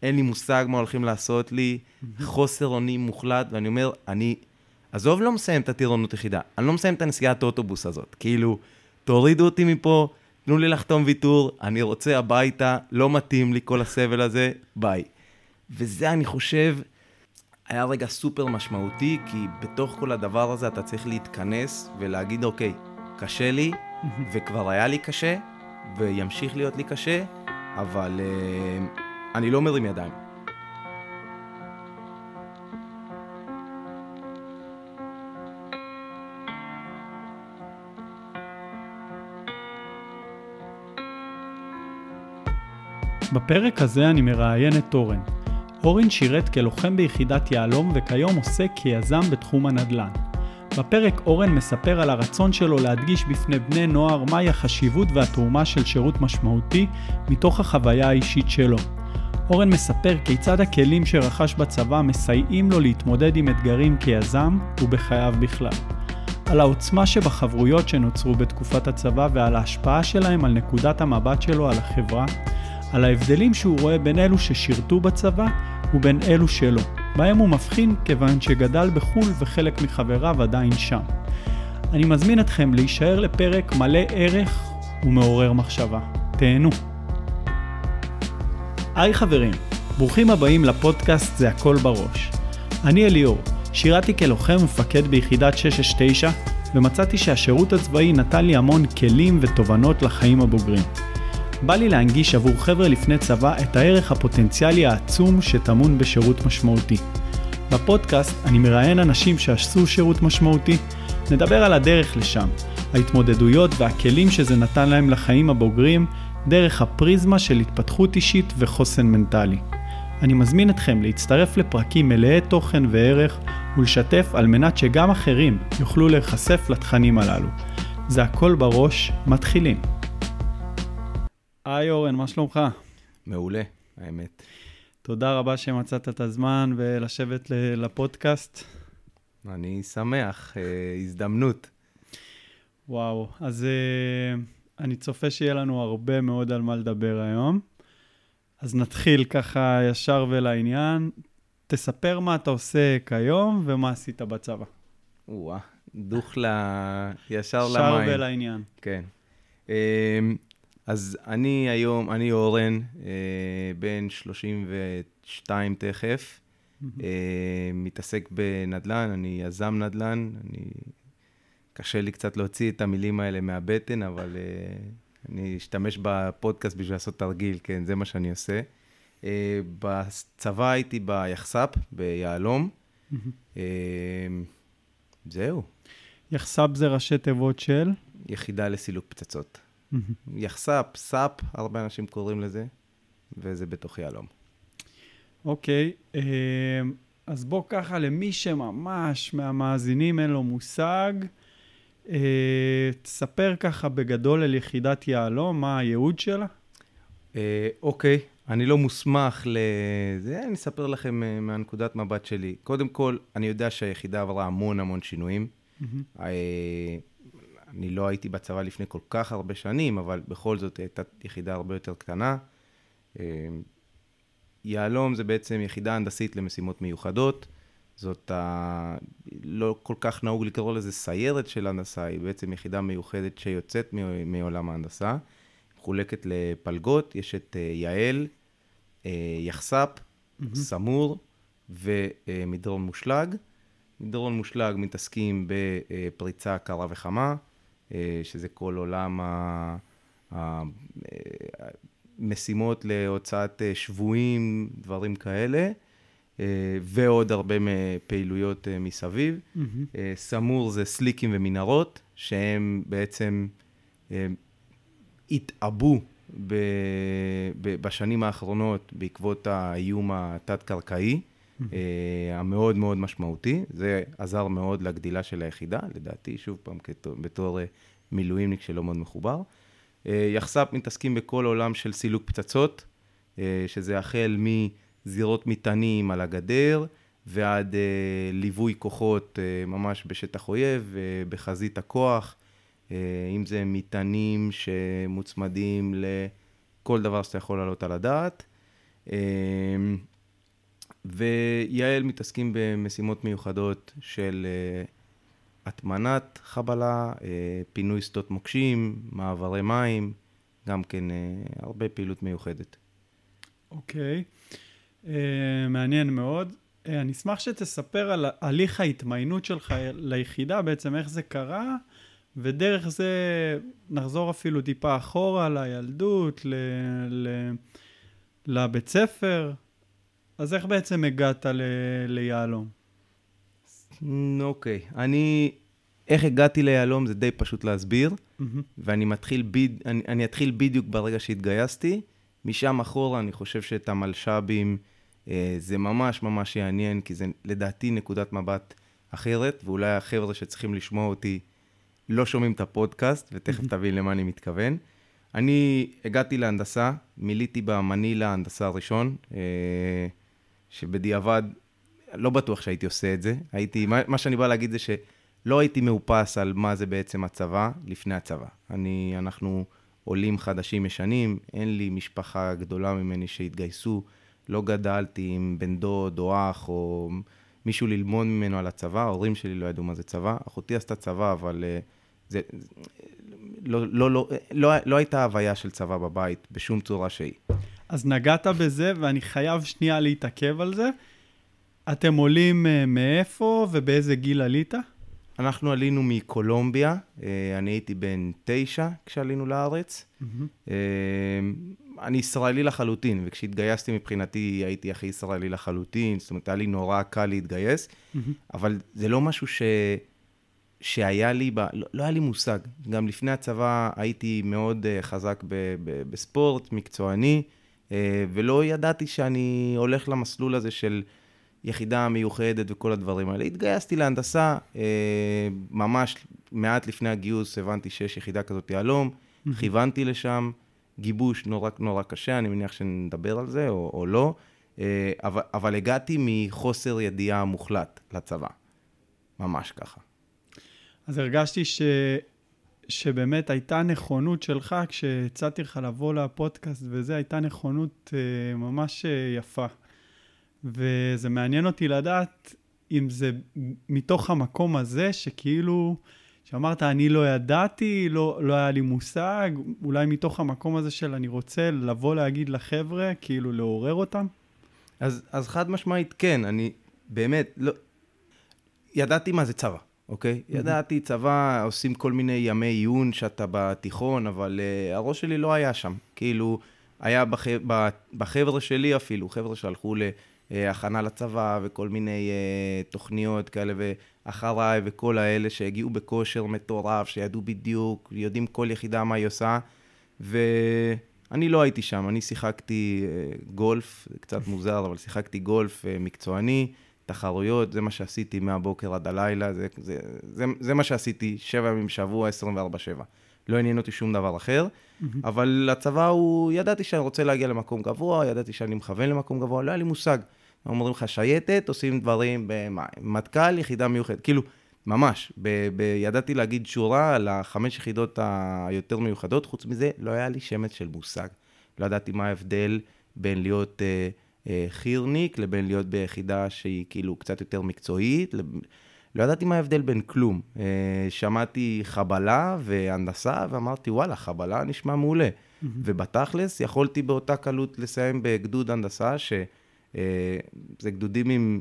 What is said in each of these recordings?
אין לי מושג מה הולכים לעשות לי, חוסר אונים מוחלט, ואני אומר, עזוב, לא מסיים את הטירונות יחידה, אני לא מסיים את הנסיעת האוטובוס הזאת, כאילו, תורידו אותי מפה, תנו לי לחתום ויתור, אני רוצה הביתה, לא מתאים לי כל הסבל הזה, ביי. וזה, אני חושב, היה רגע סופר משמעותי, כי בתוך כל הדבר הזה אתה צריך להתכנס ולהגיד, אוקיי, קשה לי, וכבר היה לי קשה, וימשיך להיות לי קשה, אבל אני לא מרים ידיים. בפרק הזה אני מראיין את אורן. אורן שירת כלוחם ביחידת יהלום וכיום עוסק כיזם בתחום הנדל"ן. בפרק אורן מספר על הרצון שלו להדגיש בפני בני נוער מהי החשיבות והתרומה של שירות משמעותי מתוך החוויה האישית שלו. אורן מספר כיצד הכלים שרכש בצבא מסייעים לו להתמודד עם אתגרים כיזם ובחייו בכלל. על העוצמה שבחברויות שנוצרו בתקופת הצבא ועל ההשפעה שלהם על נקודת המבט שלו על החברה, על ההבדלים שהוא רואה בין אלו ששירתו בצבא ובין אלו שלא, בהם הוא מבחין כיוון שגדל בחול וחלק מחבריו עדיין שם. אני מזמין אתכם להישאר לפרק מלא ערך ומעורר מחשבה. תהנו. היי חברים, ברוכים הבאים לפודקאסט זה הכל בראש. אני אליאור, שירתי כלוחם ומפקד ביחידת 669 ומצאתי שהשירות הצבאי נתן לי המון כלים ותובנות לחיים הבוגרים. בא לי להנגיש עבור חבר'ה לפני צבא את הערך הפוטנציאלי העצום שטמון בשירות משמעותי. בפודקאסט אני מראיין אנשים שעשו שירות משמעותי, נדבר על הדרך לשם, ההתמודדויות והכלים שזה נתן להם לחיים הבוגרים, דרך הפריזמה של התפתחות אישית וחוסן מנטלי. אני מזמין אתכם להצטרף לפרקים מלאי תוכן וערך ולשתף על מנת שגם אחרים יוכלו להיחשף לתכנים הללו. זה הכל בראש, מתחילים. היי אורן, מה שלומך? מעולה, האמת. תודה רבה שמצאת את הזמן ולשבת לפודקאסט. אני שמח, הזדמנות. וואו, אז אני צופה שיהיה לנו הרבה מאוד על מה לדבר היום. אז נתחיל ככה ישר ולעניין. תספר מה אתה עושה כיום ומה עשית בצבא. דוך ישר למים. ישר ולעניין. כן. אז אני אורן, בן 32 תכף, מתעסק בנדל"ן, אני יזם נדל"ן, קשה לי קצת להוציא את המילים האלה מהבטן, אבל אני אשתמש בפודקאסט בשביל לעשות תרגיל, כן, זה מה שאני עושה. בצבא הייתי ביחס"פ, ביהלום. זהו. יחס"פ זה ראשי תיבות של? יחידה לסילוק פצצות. יחס"פ, סאפ, הרבה אנשים קוראים לזה, וזה בתוך יהלום. אוקיי, אז בוא ככה למי שממש מהמאזינים אין לו מושג, תספר ככה בגדול על יחידת יהלום, מה הייעוד שלה? אוקיי, אני לא מוסמך לזה, אני אספר לכם מהנקודת מבט שלי. קודם כל, אני יודע שהיחידה עברה המון שינויים. אני לא הייתי בצבא לפני כל כך הרבה שנים, אבל בכל זאת הייתה יחידה הרבה יותר קטנה. יהלום זה בעצם יחידה הנדסית למשימות מיוחדות. זאת לא כל כך נהוג לקרוא לזה סיירת של הנדסה, היא בעצם יחידה מיוחדת שיוצאת מעולם ההנדסה. מחולקת לפלגות, יש את יעל, יחס"פ, סמור ומדרון מושלג. מדרון מושלג מתעסקים בפריצה קרה וחמה, שזה כל עולם המשימות להוצאת שבויים, דברים כאלה, ועוד הרבה פעילויות מסביב. סמור זה סליקים ומנהרות, שהם בעצם התאבו בשנים האחרונות בעקבות האיום התת-קרקעי, המאוד מאוד משמעותי. זה עזר מאוד לגדילה של היחידה, לדעתי, שוב פעם, בתור מילואימניק שלא מאוד מחובר. יחס"פ מתעסקים בכל עולם של סילוק פצצות, שזה החל מזירות מטענים על הגדר, ועד ליווי כוחות ממש בשטח אויב, בחזית הכוח, אם זה מטענים שמוצמדים לכל דבר שאתה יכול לעלות על הדעת. ויעל מתעסקים במשימות מיוחדות של הטמנת חבלה, פינוי שדות מוקשים, מעברי מים, גם כן הרבה פעילות מיוחדת. אוקיי, מעניין מאוד. אני אשמח שתספר על הליך ההתמיינות שלך ליחידה, בעצם איך זה קרה, ודרך זה נחזור אפילו טיפה אחורה לילדות, לבית ספר. אז איך בעצם הגעת ליהלום? אוקיי, איך הגעתי ליהלום זה די פשוט להסביר, ואני אתחיל בדיוק ברגע שהתגייסתי. משם אחורה אני חושב שאת המלש"בים זה ממש ממש יעניין, כי זה לדעתי נקודת מבט אחרת, ואולי החבר'ה שצריכים לשמוע אותי לא שומעים את הפודקאסט, ותכף תבין למה אני מתכוון. אני הגעתי להנדסה, מיליתי במנילה ההנדסה הראשון, שבדיעבד לא בטוח שהייתי עושה את זה. מה שאני בא להגיד זה שלא הייתי מאופס על מה זה בעצם הצבא לפני הצבא. אנחנו עולים חדשים ישנים, אין לי משפחה גדולה ממני שהתגייסו, לא גדלתי עם בן דוד או אח או מישהו ללמוד ממנו על הצבא, ההורים שלי לא ידעו מה זה צבא, אחותי עשתה צבא, אבל לא הייתה הוויה של צבא בבית בשום צורה שהיא. אז נגעת בזה, ואני חייב שנייה להתעכב על זה. אתם עולים מאיפה ובאיזה גיל עלית? אנחנו עלינו מקולומביה, אני הייתי בן 9 כשעלינו לארץ. אני ישראלי לחלוטין, וכשהתגייסתי מבחינתי הייתי הכי ישראלי לחלוטין, זאת אומרת, היה לי נורא קל להתגייס, אבל זה לא משהו שהיה לי, לא היה לי מושג. גם לפני הצבא הייתי מאוד חזק בספורט, מקצועני, ולא ידעתי שאני הולך למסלול הזה של יחידה מיוחדת וכל הדברים האלה. התגייסתי להנדסה, ממש מעט לפני הגיוס הבנתי שיש יחידה כזאת יהלום, כיוונתי לשם, גיבוש נורא קשה, אני מניח שנדבר על זה או לא, אבל הגעתי מחוסר ידיעה מוחלט לצבא, ממש ככה. אז הרגשתי שבאמת הייתה נכונות שלך, כשהצעתי לך לבוא לפודקאסט וזה, הייתה נכונות ממש יפה. וזה מעניין אותי לדעת אם זה מתוך המקום הזה שכאילו, שאמרת אני לא ידעתי, לא היה לי מושג, אולי מתוך המקום הזה של אני רוצה לבוא להגיד לחבר'ה, כאילו לעורר אותם? אז חד משמעית כן, אני באמת לא, ידעתי מה זה צבא, אוקיי? ידעתי צבא, עושים כל מיני ימי עיון שאתה בתיכון, אבל הראש שלי לא היה שם, כאילו היה בחבר'ה שלי אפילו, חבר'ה שהלכו להכנה לצבא וכל מיני תוכניות כאלה ואחריי וכל האלה שהגיעו בכושר מטורף, שידעו בדיוק, יודעים כל יחידה מה היא עושה, ואני לא הייתי שם, אני שיחקתי גולף, קצת מוזר, אבל שיחקתי גולף מקצועני, תחרויות, זה מה שעשיתי מהבוקר עד הלילה, זה מה שעשיתי 7 ימים בשבוע, 24/7. לא עניין אותי שום דבר אחר, אבל לצבא ידעתי שאני רוצה להגיע למקום גבוה, ידעתי שאני מכוון למקום גבוה, לא היה לי מושג. אומרים לך שייטת, עושים דברים במטכ"ל, יחידה מיוחדת, כאילו, ממש, ידעתי להגיד שורה על 5 יחידות היותר מיוחדות, חוץ מזה לא היה לי שמץ של מושג. לא ידעתי מה ההבדל בין להיות חירניק, לבין להיות ביחידה שהיא כאילו קצת יותר מקצועית, לא ידעתי מה ההבדל בין כלום. שמעתי חבלה והנדסה, ואמרתי, וואלה, חבלה נשמע מעולה. ובתכלס יכולתי באותה קלות לסיים בגדוד הנדסה, שזה גדודים עם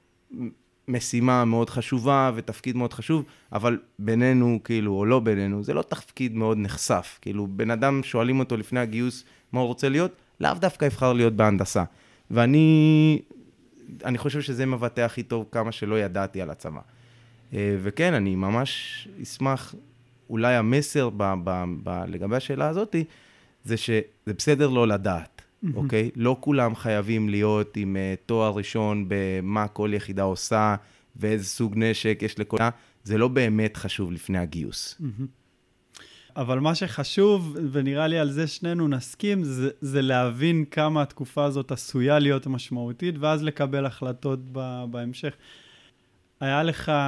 משימה מאוד חשובה ותפקיד מאוד חשוב, אבל בינינו, כאילו, או לא בינינו, זה לא תפקיד מאוד נחשף. כאילו, בן אדם שואלים אותו לפני הגיוס מה הוא רוצה להיות, לאו דווקא יבחר להיות בהנדסה. ואני חושב שזה מבטא הכי טוב כמה שלא ידעתי על הצבא. וכן, אני ממש אשמח, אולי המסר לגבי השאלה הזאת, זה שזה בסדר לא לדעת, אוקיי? לא כולם חייבים להיות עם תואר ראשון במה כל יחידה עושה, ואיזה סוג נשק יש לכל... זה לא באמת חשוב לפני הגיוס. אבל מה שחשוב, ונראה לי על זה שנינו נסכים, זה להבין כמה התקופה הזאת עשויה להיות משמעותית, ואז לקבל החלטות בהמשך. היה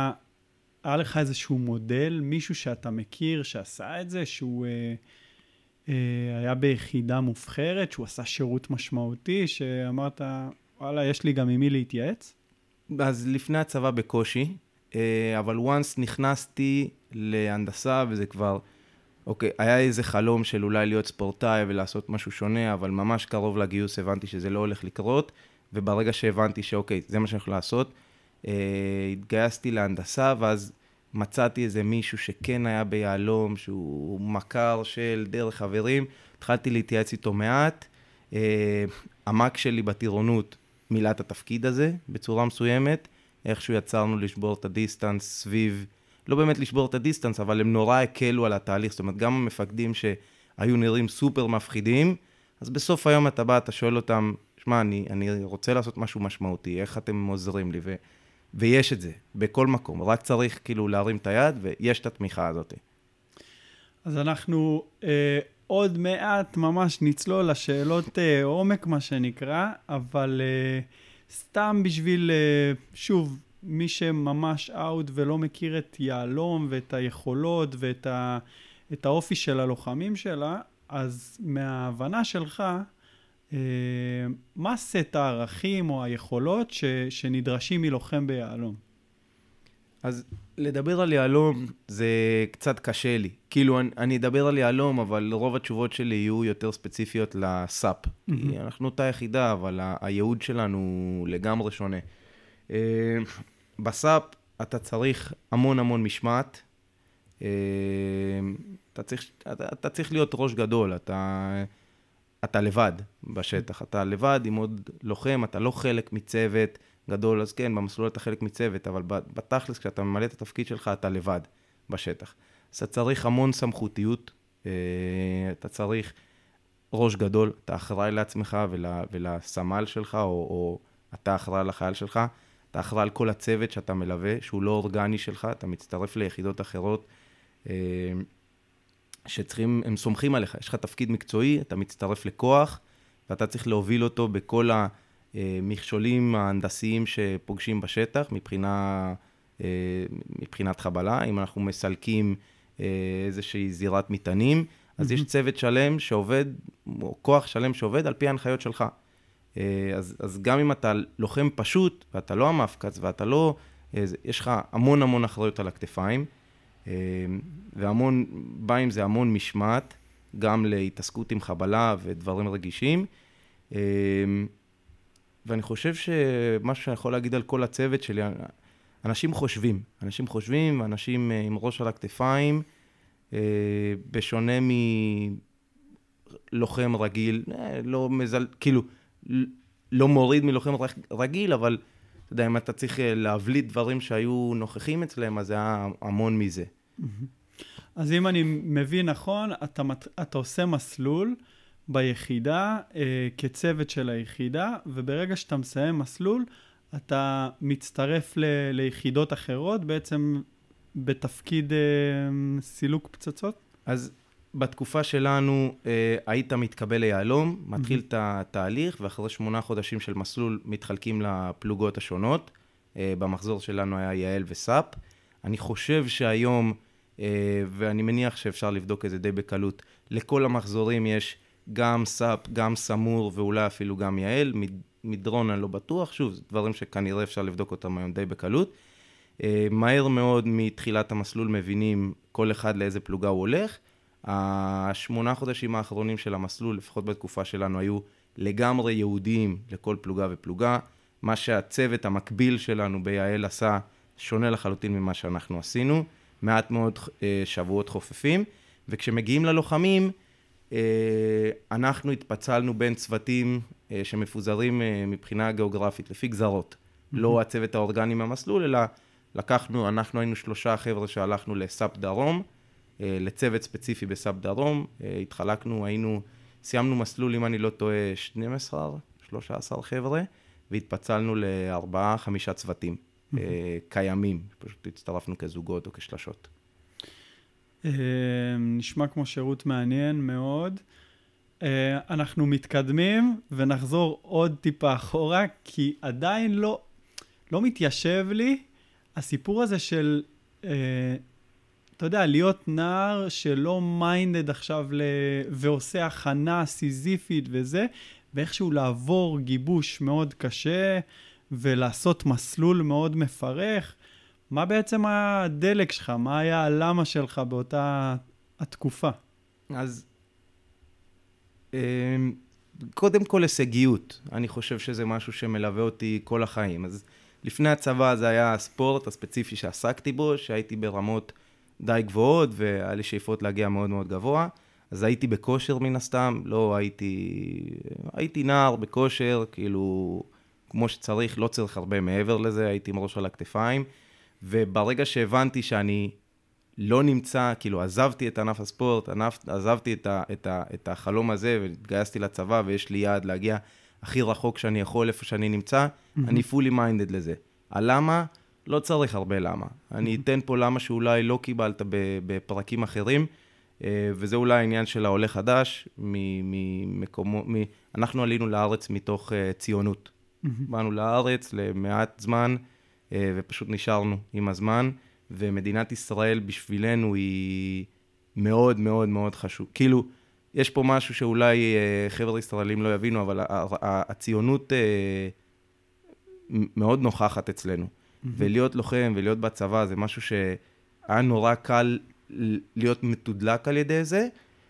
לך איזשהו מודל, מישהו שאתה מכיר שעשה את זה, שהוא היה ביחידה מובחרת, שהוא עשה שירות משמעותי, שאמרת, וואלה, יש לי גם עם מי להתייעץ? אז לפני הצבא בקושי, אבל once נכנסתי להנדסה, וזה כבר, אוקיי, היה איזה חלום של אולי להיות ספורטאי ולעשות משהו שונה, אבל ממש קרוב לגיוס הבנתי שזה לא הולך לקרות, וברגע שהבנתי שאוקיי, זה מה שאני יכול לעשות, התגייסתי להנדסה, ואז מצאתי איזה מישהו שכן היה ביעלום, שהוא מכר של דרך חברים, התחלתי להתייעץ איתו מעט, המק שלי בטירונות מילא את התפקיד הזה בצורה מסוימת, איכשהו יצרנו לשבור את הדיסטנס סביב, לא באמת לשבור את הדיסטנס, אבל הם נורא הקלו על התהליך, זאת אומרת, גם המפקדים שהיו נראים סופר מפחידים, אז בסוף היום אתה בא, אתה שואל אותם, שמע, אני רוצה לעשות משהו משמעותי, איך אתם עוזרים לי? ויש את זה, בכל מקום, רק צריך כאילו להרים את היד, ויש את התמיכה הזאת. אז אנחנו עוד מעט ממש נצלול לשאלות עומק, מה שנקרא, אבל סתם בשביל, שוב, מי שממש אאוט ולא מכיר את יעלום ואת היכולות ואת האופי של הלוחמים שלה, אז מההבנה שלך, מה סט הערכים או היכולות שנדרשים מלוחם ביעלום? אז לדבר על יעלום זה קצת קשה לי. כאילו אני אדבר על יעלום, אבל רוב התשובות שלי יהיו יותר ספציפיות לסאפ. כי אנחנו אותה יחידה, אבל הייעוד שלנו הוא לגמרי שונה. בסאפ אתה צריך המון משמעת. אתה צריך להיות ראש גדול. אתה לבד בשטח. אתה לבד עם עוד לוחם, אתה לא חלק מצוות גדול, אז כן, במסלול אתה חלק מצוות, אבל בתכלס, כשאתה ממלא את התפקיד שלך, אתה לבד בשטח. אז אתה צריך המון סמכותיות, אתה צריך ראש גדול, אתה אחראי לעצמך ולסמל שלך, או אתה אחראי לחייל שלך, אתה אחראי על כל הצוות שאתה מלווה, שהוא לא אורגני שלך, אתה מצטרף ליחידות אחרות, שצריכים, הם סומכים עליך, יש לך תפקיד מקצועי, אתה מצטרף לכוח, ואתה צריך להוביל אותו בכל המכשולים ההנדסיים שפוגשים בשטח, מבחינת חבלה. אם אנחנו מסלקים איזושהי זירת מטענים, אז יש צוות שלם שעובד, או כוח שלם שעובד על פי ההנחיות שלך. אז גם אם אתה לוחם פשוט, ואתה לא המפקץ, ואתה לא, יש לך המון אחריות על הכתפיים, והמון, בא עם זה המון משמעת, גם להתעסקות עם חבלה ודברים רגישים. ואני חושב שמה שאני יכול להגיד על כל הצוות שלי, אנשים חושבים, אנשים עם ראש על הכתפיים, בשונה מלוחם רגיל, כאילו, לא מוריד מלוחם רגיל, אבל אתה יודע, אם אתה צריך להבליט דברים שהיו נוכחים אצלם, אז זה היה המון מזה. אז אם אני מבין נכון, אתה עושה מסלול ביחידה כצוות של היחידה, וברגע שאתה מסיים מסלול, אתה מצטרף ליחידות אחרות, בעצם בתפקיד סילוק פצצות? אז בתקופה שלנו היית מתקבל ליעלום, מתחיל את התהליך, ואחרי 8 חודשים של מסלול מתחלקים לפלוגות השונות. במחזור שלנו היה יעל וסאפ. אני חושב שהיום, ואני מניח שאפשר לבדוק את זה די בקלות, לכל המחזורים יש גם סאפ, גם סמור, ואולי אפילו גם יעל. מדרון אני לא בטוח, שוב, זה דברים שכנראה אפשר לבדוק אותם היום די בקלות. מהר מאוד מתחילת המסלול מבינים כל אחד לאיזה פלוגה הוא הולך. 8 חודשים האחרונים של המסלול, לפחות בתקופה שלנו, היו לגמרי יהודיים לכל פלוגה ופלוגה. מה שהצוות המקביל שלנו ביעל עשה שונה לחלוטין ממה שאנחנו עשינו. מעט מאוד שבועות חופפים, וכשמגיעים ללוחמים, אנחנו התפצלנו בין צוותים שמפוזרים מבחינה גיאוגרפית, לפי גזרות. לא הצוות האורגני מהמסלול, אלא אנחנו היינו 3 חבר'ה שהלכנו לסאפ דרום, לצוות ספציפי בסאפ דרום, התחלקנו, סיימנו מסלול, אם אני לא טועה, 13 חבר'ה, והתפצלנו ל4-5 צוותים קיימים, פשוט הצטרפנו כזוגות או כשלשות. נשמע כמו שירות מעניין מאוד. אנחנו מתקדמים ונחזור עוד טיפה אחורה, כי עדיין לא מתיישב לי הסיפור הזה של, אתה יודע, להיות נער שלא מיינדד עכשיו ועושה הכנה סיזיפית וזה, ואיכשהו לעבור גיבוש מאוד קשה, ולעשות מסלול מאוד מפרך. מה בעצם הדלק שלך? מה היה הלמה שלך באותה התקופה? אז קודם כל הישגיות. אני חושב שזה משהו שמלווה אותי כל החיים. אז לפני הצבא זה היה הספורט הספציפי שעסקתי בו, שהייתי ברמות די גבוהות, והיה לי שאיפות להגיע מאוד מאוד גבוה. אז הייתי בכושר מן הסתם, לא הייתי נער בכושר, כאילו כמו שצריך, לא צריך הרבה מעבר לזה, הייתי עם ראש על הכתפיים. וברגע שהבנתי שאני לא נמצא, כאילו עזבתי את ענף הספורט, עזבתי את החלום הזה והתגייסתי לצבא ויש לי יעד להגיע הכי רחוק שאני יכול איפה שאני נמצא, אני fully minded לזה. הלמה? לא צריך הרבה למה. אני אתן פה למה שאולי לא קיבלת בפרקים אחרים, וזה אולי העניין של העולה חדש, אנחנו עלינו לארץ מתוך ציונות. באנו לארץ למעט זמן, ופשוט נשארנו עם הזמן, ומדינת ישראל בשבילנו היא מאוד מאוד מאוד חשוב. כאילו, יש פה משהו שאולי חבר'ה ישראלים לא יבינו, אבל הציונות מאוד נוכחת אצלנו. ולהיות לוחם ולהיות בצבא זה משהו שהיה נורא קל להיות מתודלק על ידי זה.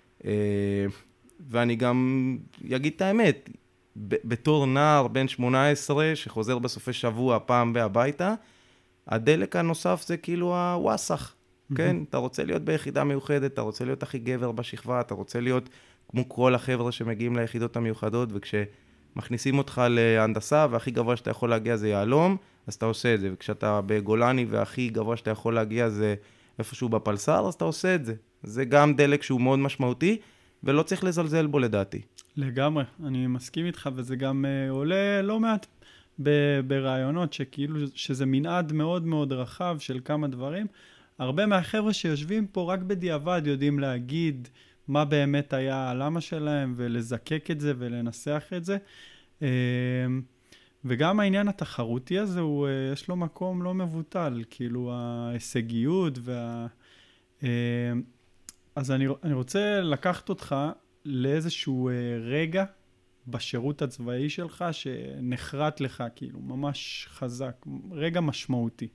ואני גם אגיד את האמת, בתור נער בן 18 שחוזר בסופי שבוע פעם הביתה, הדלק הנוסף זה כאילו הוואסח, כן? אתה רוצה להיות ביחידה מיוחדת, אתה רוצה להיות הכי גבר בשכבה, אתה רוצה להיות כמו כל החבר'ה שמגיעים ליחידות המיוחדות, וכשמכניסים אותך להנדסה, והכי גבוה שאתה יכול להגיע זה יעלום, אז אתה עושה את זה, וכשאתה בגולני והכי גבוה שאתה יכול להגיע זה איפשהו בפלסר, אז אתה עושה את זה. זה גם דלק שהוא מאוד משמעותי, ולא צריך לזלזל בו לדעתי. לגמרי, אני מסכים איתך, וזה גם עולה לא מעט ברעיונות, שכאילו שזה מנעד מאוד מאוד רחב של כמה דברים. הרבה מהחבר'ה שיושבים פה רק בדיעבד יודעים להגיד מה באמת היה הלמה שלהם, ולזקק את זה ולנסח את זה. וגם העניין התחרותי הזה, יש לו מקום לא מבוטל, כאילו ההישגיות אז אני רוצה לקחת אותך לאיזשהו רגע בשירות הצבאי שלך שנחרט לך, כאילו, ממש חזק, רגע משמעותי.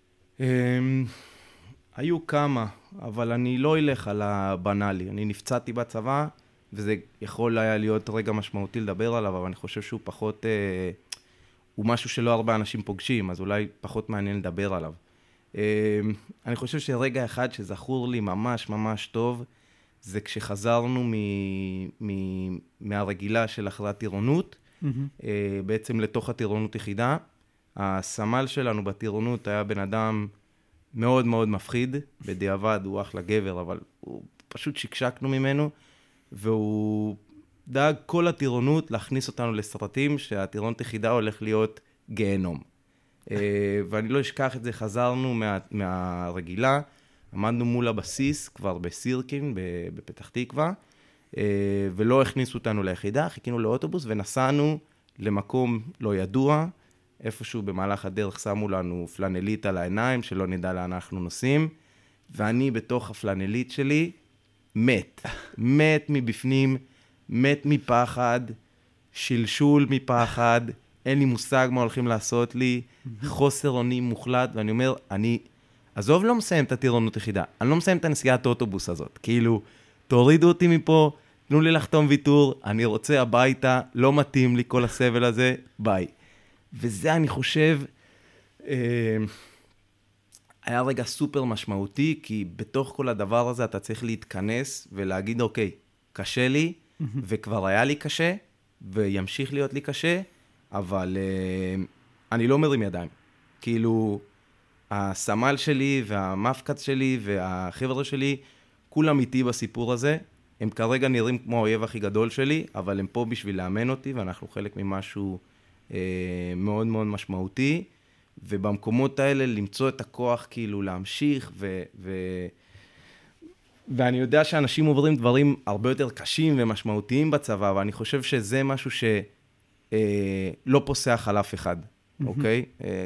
היו כמה, אבל אני לא אלך על הבנאלי. אני נפצעתי בצבא, וזה יכול היה להיות רגע משמעותי לדבר עליו, אבל אני חושב שהוא פחות, הוא משהו שלא הרבה אנשים פוגשים, אז אולי פחות מעניין לדבר עליו. אני חושב שרגע אחד שזכור לי ממש ממש טוב, זה כשחזרנו מהרגילה של אחרי הטירונות, בעצם לתוך הטירונות יחידה. הסמל שלנו בטירונות היה בן אדם מאוד מאוד מפחיד, בדיעבד הוא אחלה גבר, אבל הוא פשוט שקשקנו ממנו, והוא דאג כל הטירונות להכניס אותנו לסרטים שהטירונות יחידה הולך להיות גיהנום. ואני לא אשכח את זה, חזרנו מהרגילה, עמדנו מול הבסיס כבר בסירקין, בפתח תקווה, ולא הכניסו אותנו ליחידה, חיכינו לאוטובוס ונסענו למקום לא ידוע, איפשהו במהלך הדרך שמו לנו פלנלית על העיניים, שלא נדע לאן אנחנו נוסעים, ואני בתוך הפלנלית שלי מת מבפנים, מת מפחד, שלשול מפחד, אין לי מושג מה הולכים לעשות לי, חוסר אונים מוחלט, ואני אומר, עזוב לא מסיים את הטירונות יחידה, אני לא מסיים את הנסיעת האוטובוס הזאת, כאילו, תורידו אותי מפה, תנו לי לחתום ויתור, אני רוצה הביתה, לא מתאים לי כל הסבל הזה, ביי. וזה אני חושב, היה רגע סופר משמעותי, כי בתוך כל הדבר הזה אתה צריך להתכנס ולהגיד, אוקיי, קשה לי, וכבר היה לי קשה, וימשיך להיות לי קשה, אבל אני לא מרים ידיים. כאילו, הסמל שלי והמפקד שלי והחבר'ה שלי, כולם איתי בסיפור הזה. הם כרגע נראים כמו האויב הכי גדול שלי, אבל הם פה בשביל לאמן אותי, ואנחנו חלק ממשהו מאוד מאוד משמעותי. ובמקומות האלה למצוא את הכוח כאילו להמשיך, ואני יודע שאנשים עוברים דברים הרבה יותר קשים ומשמעותיים בצבא, ואני חושב שזה משהו שלא פוסח על אף אחד, אוקיי?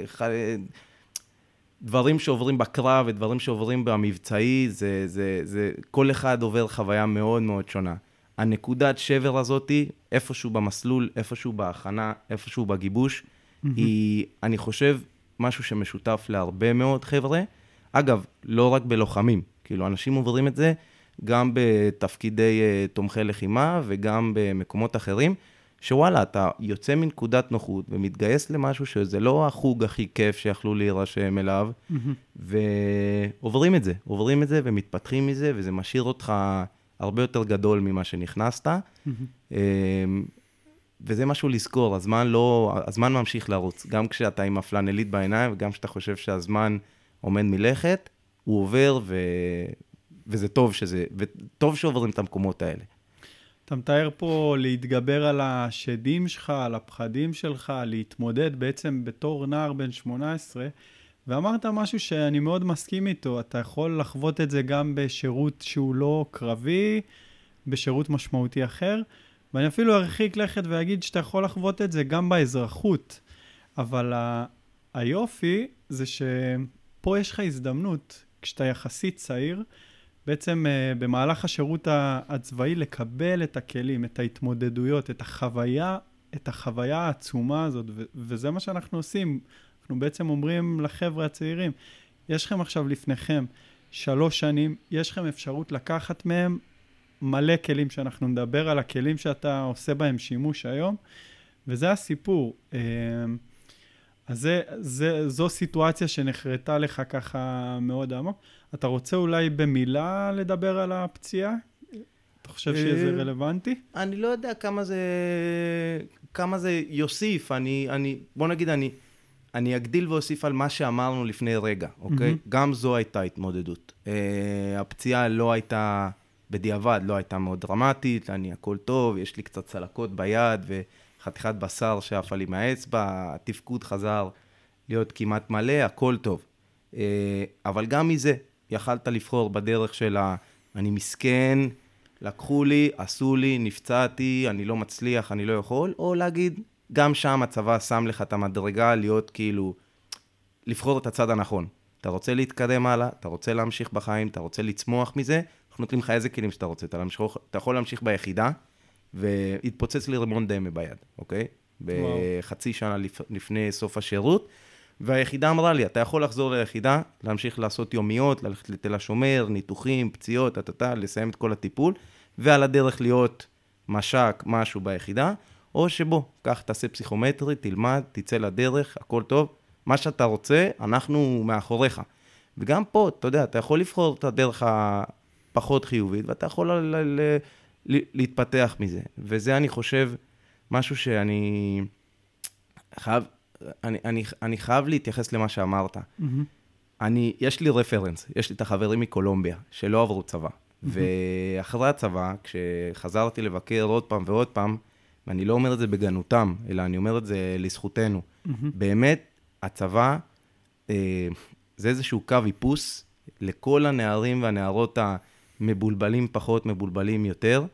דברים שעוברים בקרב ודברים שעוברים במבצעי, כל אחד עובר חוויה מאוד מאוד שונה. הנקודת שבר הזאת, איפשהו במסלול, איפשהו בהכנה, איפשהו בגיבוש, היא, אני חושב, משהו שמשותף להרבה מאוד חבר'ה. אגב, לא רק בלוחמים, כאילו, אנשים עוברים את זה גם בתפקידי תומכי לחימה וגם במקומות אחרים, שוואלה, אתה יוצא מנקודת נוחות ומתגייס למשהו שזה לא החוג הכי כיף שיכלו להירשם אליו, ועוברים את זה ומתפתחים מזה, וזה משאיר אותך הרבה יותר גדול ממה שנכנסת, וזה משהו לזכור, הזמן ממשיך לרוץ, גם כשאתה עם הפלנלית בעיניים, וגם כשאתה חושב שהזמן עומד מלכת, הוא עובר, וזה טוב שעוברים את המקומות האלה. אתה מתאר פה להתגבר על השדים שלך, על הפחדים שלך, להתמודד בעצם בתור נער בן 18, ואמרת משהו שאני מאוד מסכים איתו, אתה יכול לחוות את זה גם בשירות שהוא לא קרבי, בשירות משמעותי אחר, ואני אפילו ארחיק לכת ואגיד שאתה יכול לחוות את זה גם באזרחות, אבל היופי זה שפה יש לך הזדמנות, כשאתה יחסית צעיר, בעצם במהלך השירות הצבאי לקבל את הכלים, את ההתמודדויות, את החוויה העצומה הזאת, וזה מה שאנחנו עושים. אנחנו בעצם אומרים לחבר'ה הצעירים, יש לכם עכשיו לפניכם 3 שנים, יש לכם אפשרות לקחת מהם מלא כלים שאנחנו נדבר על הכלים שאתה עושה בהם שימוש היום, וזה הסיפור. אז זו סיטואציה שנחרטה לך ככה מאוד עמוק. אתה רוצה אולי במילה לדבר על הפציעה? אתה חושב שזה רלוונטי? אני לא יודע כמה זה יוסיף. בוא נגיד, אני אגדיל ואוסיף על מה שאמרנו לפני רגע, אוקיי? גם זו הייתה התמודדות. הפציעה לא הייתה, בדיעבד, לא הייתה מאוד דרמטית, הכל טוב, יש לי קצת צלקות ביד וחתיכת בשר שאף לי מהאצבע, התפקוד חזר להיות כמעט מלא, הכל טוב. אבל גם מזה, יכלת לבחור בדרך שלה, אני מסכן, לקחו לי, עשו לי, נפצעתי, אני לא מצליח, אני לא יכול, או להגיד, גם שם הצבא שם לך את המדרגה להיות כאילו, לבחור את הצד הנכון. אתה רוצה להתקדם הלאה, אתה רוצה להמשיך בחיים, אתה רוצה לצמוח מזה, אנחנו נותנים לך איזה כלים שאתה רוצה, אתה יכול להמשיך ביחידה, והתפוצץ לי רימון דמה ביד, אוקיי? בחצי שנה לפני סוף השירות, והיחידה אמרה לי, אתה יכול לחזור ליחידה, להמשיך לעשות יומיות, ללכת לתל השומר, ניתוחים, פציעות, לסיים את כל הטיפול, ועל הדרך להיות משק, משהו ביחידה, או שבו, כך תעשה פסיכומטרי, תלמד, תצא לדרך, הכל טוב, מה שאתה רוצה, אנחנו מאחוריך. וגם פה, אתה יודע, אתה יכול לבחור את הדרך הפחות חיובית, ואתה יכול להתפתח מזה. וזה, אני חושב, משהו שאני חייב, אני חייב להתייחס למה שאמרת. יש לי רפרנס, יש לי את החברים מקולומביה, שלא עברו צבא. ואחרי הצבא, כשחזרתי לבקר עוד פעם ועוד פעם, ואני לא אומר את זה בגנותם, אלא אני אומר את זה לזכותנו. באמת, הצבא, זה איזשהו קו איפוס לכל הנערים והנערות המבולבלים פחות, מבולבלים יותר,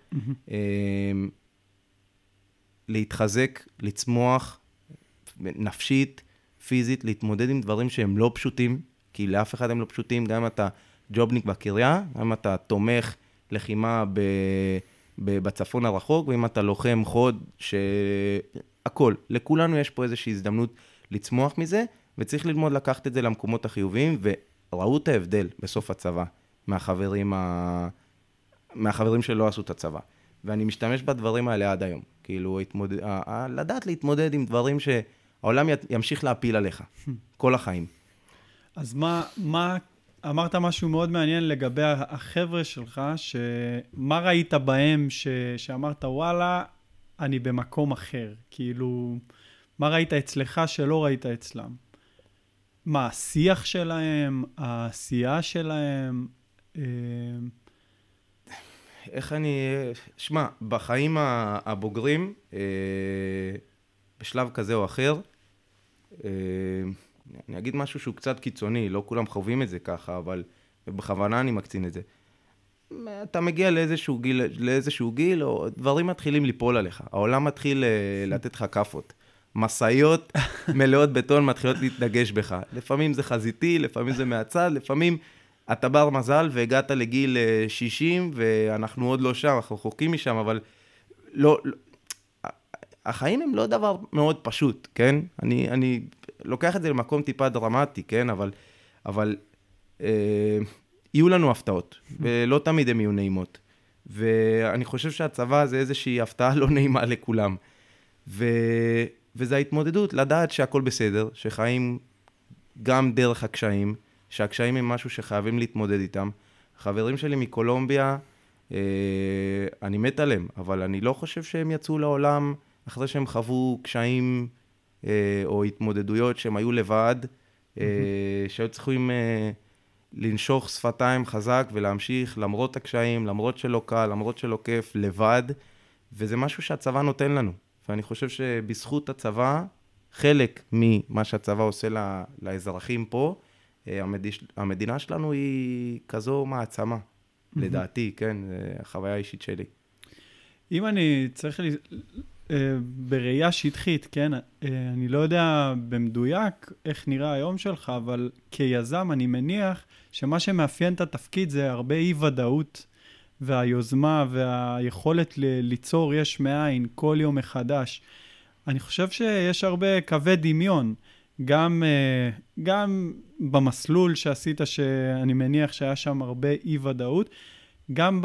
להתחזק, לצמוח, נפשית, פיזית, להתמודד עם דברים שהם לא פשוטים, כי לאף אחד הם לא פשוטים, גם אם אתה ג'ובניק בקריה, גם אם אתה תומך לחימה בצפון הרחוק, ואם אתה לוחם חוד, הכל. לכולנו יש פה איזושהי הזדמנות לצמוח מזה, וצריך ללמוד לקחת את זה למקומות החיוביים, וראו את ההבדל בסוף הצבא, מהחברים שלא עשו את הצבא. ואני משתמש בדברים האלה עד היום. כאילו, לדעת להתמודד עם דברים שהעולם ימשיך להפיל עליך, כל החיים. אז מה אמרת משהו מאוד מעניין לגבי החבר'ה שלך, מה ראית בהם שאמרת, וואלה, אני במקום אחר? כאילו, מה ראית אצלך שלא ראית אצלם? מה, השיח שלהם, העשייה שלהם? איך שמע, בחיים הבוגרים, בשלב כזה או אחר, אני אגיד משהו שהוא קצת קיצוני, לא כולם חווים את זה ככה, אבל בכוונה אני מקצין את זה. אתה מגיע לאיזשהו גיל, או דברים מתחילים ליפול עליך. העולם מתחיל לתת לך כפות. מסעיות מלאות בטון מתחילות להתנגש בך. לפעמים זה חזיתי, לפעמים זה מהצד, לפעמים אתה בר מזל והגעת לגיל 60, ואנחנו עוד לא שם, אנחנו רחוקים משם, אבל לא, החיים הם לא דבר מאוד פשוט, כן? אני לוקח את זה למקום טיפה דרמטי, כן? אבל יהיו לנו הפתעות, ולא תמיד הם יהיו נעימות. ואני חושב שהצבא זה איזושהי הפתעה לא נעימה לכולם. וזה ההתמודדות, לדעת שהכל בסדר, שחיים גם דרך הקשיים, שהקשיים הם משהו שחייבים להתמודד איתם. החברים שלי מקולומביה, אני מת עליהם, אבל אני לא חושב שהם יצאו לעולם אחרי שהם חוו קשיים או התמודדויות שהם היו לבד, שהיו צריכים לנשוך שפתיים חזק ולהמשיך למרות הקשיים, למרות שלא קל, למרות שלא כיף, לבד, וזה משהו שהצבא נותן לנו. ואני חושב שבזכות הצבא, חלק ממה שהצבא עושה לאזרחים פה, המדינה שלנו היא כזו מעצמה, לדעתי, כן, החוויה האישית שלי. אם אני צריך בראייה שטחית, כן, אני לא יודע במדויק איך נראה היום שלך, אבל כיזם אני מניח שמה שמאפיין את התפקיד זה הרבה אי-ודאות, והיוזמה והיכולת ליצור יש מאין כל יום מחדש. אני חושב שיש הרבה קווי דמיון, גם במסלול שעשית, שאני מניח שהיה שם הרבה אי-ודאות, גם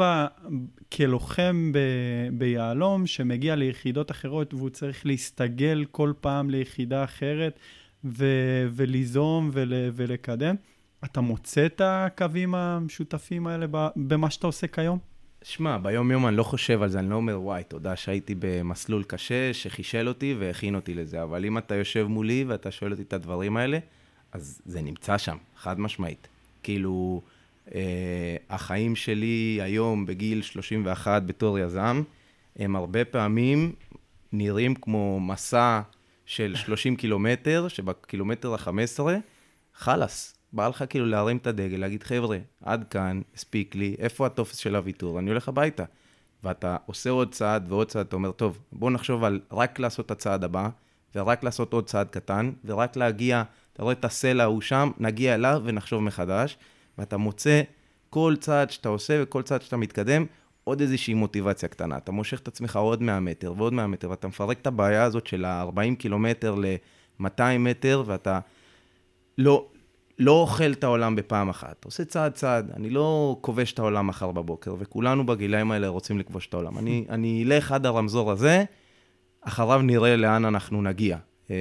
כלוחם ביעלום שמגיע ליחידות אחרות והוא צריך להסתגל כל פעם ליחידה אחרת וליזום ולקדם. אתה מוצא את הקווים המשותפים האלה במה שאתה עושה כיום? שמע, ביום יום אני לא חושב על זה, אני לא אומר וואי, תודה שהייתי במסלול קשה שחישל אותי והכין אותי לזה, אבל אם אתה יושב מולי ואתה שואל אותי את הדברים האלה, אז זה נמצא שם, חד משמעית. כאילו, החיים שלי היום בגיל 31 בתור יזם, הם הרבה פעמים נראים כמו מסע של 30 קילומטר, שבקילומטר ה-15, חלס. בא לך כאילו להרים את הדגל, להגיד, חבר'ה, עד כאן, הספיק לי, איפה הטופס של הוויתור? אני הולך הביתה. ואתה עושה עוד צעד ועוד צעד, אתה אומר, טוב, בוא נחשוב על רק לעשות את הצעד הבא, ורק לעשות עוד צעד קטן, ורק להגיע, אתה רואה את הסלע הוא שם, נגיע אליו ונחשוב מחדש, ואתה מוצא כל צעד שאתה עושה וכל צעד שאתה מתקדם, עוד איזושהי מוטיבציה קטנה. אתה מושך את עצמך עוד 100 מטר ועוד 100 מטר, ואתה מפרק את הבעיה הזאת של ה-40 קילומטר ל-200 מטר, ואתה לא אוכל את העולם בפעם אחת. אתה עושה צעד צעד, אני לא כובש את העולם מחר בבוקר, וכולנו בגילאים האלה רוצים לכבוש את העולם. אני אלך עד הרמזור הזה, אחריו נראה לאן אנחנו נגיע.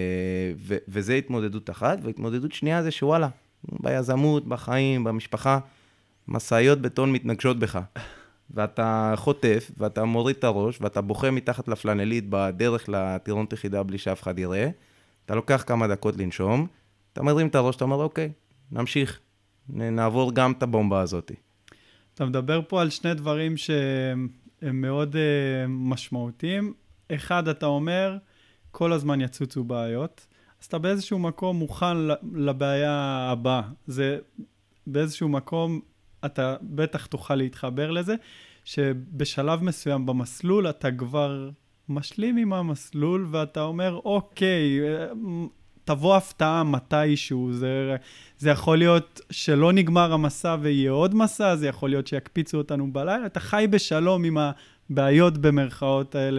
וזה התמודדות אחת, והתמודדות שנייה זה שוואלה, ביזמות, בחיים, במשפחה, מסעיות בטון מתנגשות בך. ואתה חוטף, ואתה מוריד את הראש, ואתה בוכה מתחת לפלנלית בדרך לטירונות יחידה בלי שאף אחד יראה. אתה לוקח כמה דקות לנשום, אתה מרים את הראש, אתה אומר, אוקיי, נמשיך, נעבור גם את הבומבה הזאת. אתה מדבר פה על שני דברים שהם מאוד משמעותיים. אחד, אתה אומר, כל הזמן יצוצו בעיות, אז אתה באיזשהו מקום מוכן לבעיה הבאה. זה באיזשהו מקום, אתה בטח תוכל להתחבר לזה, שבשלב מסוים במסלול אתה כבר משלים עם המסלול, ואתה אומר, אוקיי, תבוא הפתעה מתישהו, זה יכול להיות שלא נגמר המסע ויהיה עוד מסע, זה יכול להיות שיקפיצו אותנו בלילה, אתה חי בשלום עם הבעיות במרכאות האלה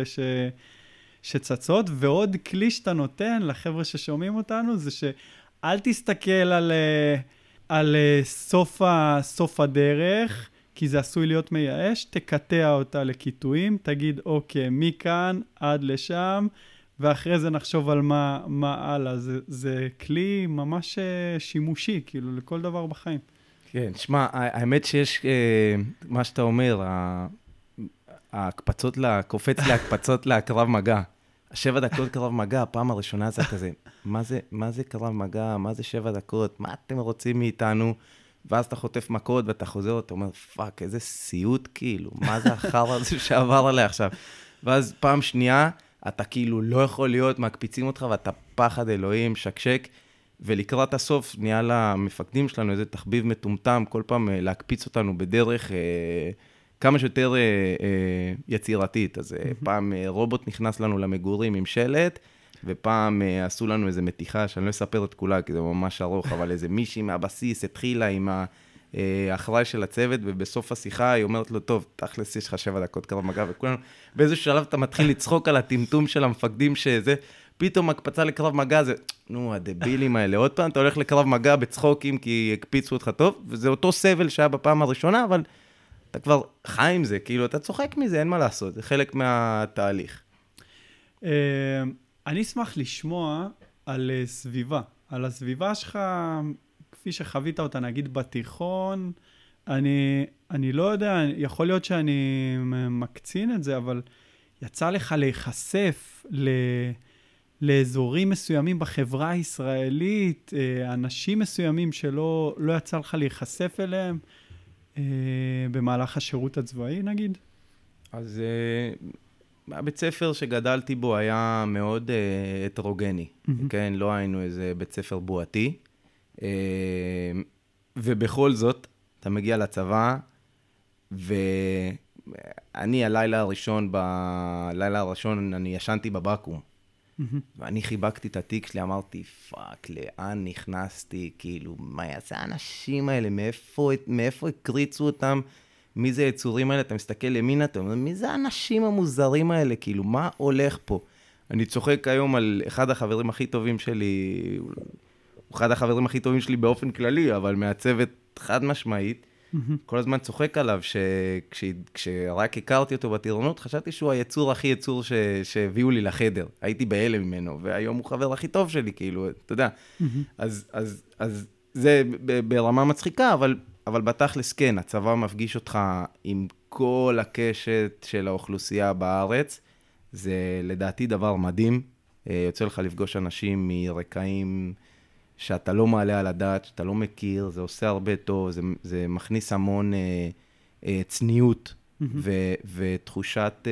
שצצות, ועוד כלי שאתה נותן לחבר'ה ששומעים אותנו, זה שאל תסתכל על סוף הדרך, כי זה עשוי להיות מייאש, תקטע אותה לכיתויים, תגיד, אוקיי, מכאן עד לשם, ואחרי זה נחשוב על מה הלאה. זה כלי ממש שימושי, כאילו, לכל דבר בחיים. כן, שמע, האמת שיש מה שאתה אומר, קופץ להקפצות לקרב מגע. 7 דקות קרב מגע, הפעם הראשונה זה כזה, מה זה קרב מגע, מה זה 7 דקות, מה אתם רוצים מאיתנו? ואז אתה חוטף מכות ואתה חוזר, אתה אומר, פאק, איזה סיוט כאילו, מה זה החרא הזה שעבר עליה עכשיו? ואז פעם שנייה, אתה כאילו לא יכול להיות, מקפיצים אותך, ואתה פחד אלוהים, שקשק, ולקראת הסוף נהיה למפקדים שלנו איזה תחביב מטומטם, כל פעם להקפיץ אותנו בדרך כמה שיותר יצירתית. אז פעם רובוט נכנס לנו למגורים עם שלט, ופעם עשו לנו איזה מתיחה, שאני לא אספר את כולה, כי זה ממש ארוך, אבל איזה מישהי מהבסיס התחילה עם אחראי של הצוות, ובסוף השיחה היא אומרת לו, טוב, תכלס יש לך 7 דקות קרב מגע, וכולנו, באיזשהו שלב אתה מתחיל לצחוק על הטמטום של המפקדים שזה, פתאום הקפצה לקרב מגע, זה, נו, הדבילים האלה, עוד פעם אתה הולך לקרב מגע בצחוקים, כי הקפיצו אותך טוב, וזה אותו סבל שהיה בפעם הראשונה, אבל אתה כבר חי עם זה, כאילו, אתה צוחק מזה, אין מה לעשות, זה חלק מהתהליך. אני אשמח לשמוע על סביבה, על הסביבה שלך, כפי שחווית אותה, נגיד בתיכון, אני לא יודע, יכול להיות שאני מקצין את זה, אבל יצא לך להיחשף לאזורים מסוימים בחברה הישראלית, אנשים מסוימים שלא יצא לך להיחשף אליהם, במהלך השירות הצבאי, נגיד? אז הבית ספר שגדלתי בו היה מאוד הטרוגני, כן? לא היינו איזה בית ספר בועתי, ובכל זאת, אתה מגיע לצבא, ואני הלילה הראשון אני ישנתי בבקו"ם, ואני חיבקתי את התיק שלי, אמרתי, פאק, לאן נכנסתי? כאילו, מה יעשה האנשים האלה? מאיפה הקריצו אותם? מי זה היצורים האלה? אתה מסתכל ימינה, אתה אומר, מי זה האנשים המוזרים האלה? כאילו, מה הולך פה? אני צוחק היום על אחד החברים הכי טובים שלי, הוא אחד החברים הכי טובים שלי באופן כללי, אבל מהצוות חד משמעית, כל הזמן צוחק עליו, כשרק הכרתי אותו בטירונות, חשבתי שהוא היצור הכי יצור שהביאו לי לחדר. הייתי בהלם ממנו, והיום הוא חבר הכי טוב שלי, כאילו, אתה יודע. אז זה ברמה מצחיקה, אבל בתכלס כן, הצבא מפגיש אותך עם כל הקשת של האוכלוסייה בארץ. זה לדעתי דבר מדהים. יוצא לך לפגוש אנשים מרקעים שאתה לא מעלה על הדעת, שאתה לא מכיר, זה עושה הרבה טוב, זה מכניס המון צניעות ותחושת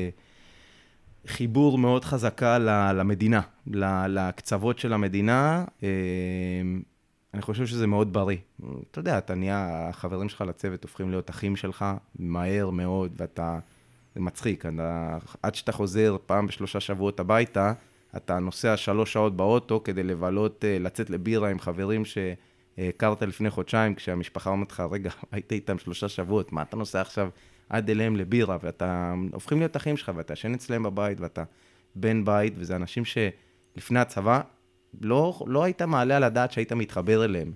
חיבור מאוד חזקה למדינה, לקצוות של המדינה. אני חושב שזה מאוד בריא. אתה יודע, החברים שלך לצוות הופכים להיות אחים שלך מהר מאוד, זה מצחיק, עד שאתה חוזר פעם ב3 שבועות הביתה, אתה נוסע 3 שעות באוטו כדי לצאת לבירה עם חברים שהכרת לפני חודשיים, כשהמשפחה אומרת לך, רגע, היית איתם 3 שבועות, מה אתה נוסע עכשיו עד אליהם לבירה, ואתה הופכים להיות אחים שלך, ואתה ישן אצלם בבית, ואתה בן בית, וזה אנשים שלפני הצבא, לא היית מעלה על הדעת שהיית מתחבר אליהם.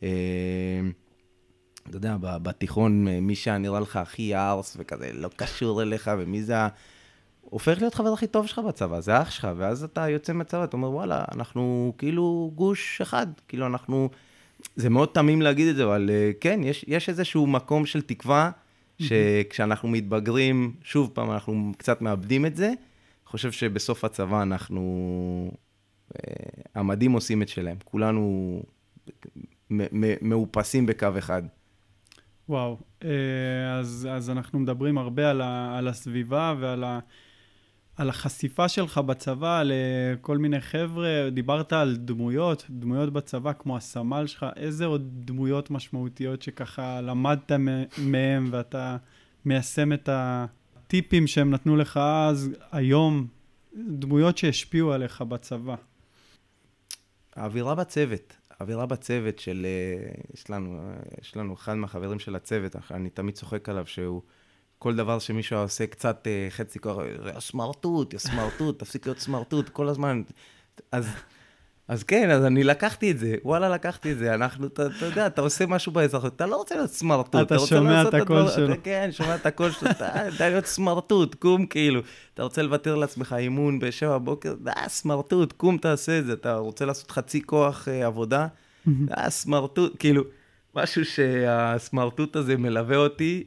אתה יודע, בתיכון, מי שנראה לך הכי ארס וכזה, לא קשור אליך, ומי זה הופך להיות חבר הכי טוב שלך בצבא, זה אח שלך, ואז אתה יוצא מהצבא, אתה אומר, וואלה, אנחנו כאילו גוש אחד, כאילו אנחנו, זה מאוד תמים להגיד את זה, אבל כן, יש איזשהו מקום של תקווה, שכשאנחנו מתבגרים, שוב פעם, אנחנו קצת מאבדים את זה, אני חושב שבסוף הצבא אנחנו, המדים עושים את שלהם, כולנו מאופסים בקו אחד. וואו, אז אנחנו מדברים הרבה על הסביבה על החשיפה שלך בצבא לכל מיני חבר'ה, דיברת על דמויות בצבא כמו הסמל שלך, איזה עוד דמויות משמעותיות שככה למדת מהם ואתה מיישם את הטיפים שהם נתנו לך אז, היום, דמויות שהשפיעו עליך בצבא? האווירה בצוות של, יש לנו אחד מהחברים של הצוות, אני תמיד צוחק עליו שהוא, כל דבר שמישהו עושה קצת חצי כוח, סמרטוט, תפסיק להיות סמרטוט, כל הזמן. אז כן, אז אני לקחתי את זה, לקחתי את זה, אתה יודע, אתה עושה משהו באזרחות, אתה לא רוצה להיות סמרטוט. אתה שומע את הקול שלו. כן, שומע את הקול שלו, אתה להיות סמרטוט, קום כאילו. אתה רוצה לוותר לעצמך אימון ב7 בבוקר, סמרטוט, קום תעשה את זה, אתה רוצה לעשות חצי כוח עבודה, סמרטוט, כאילו, משהו שהסמרטוט הזה מלווה אותי,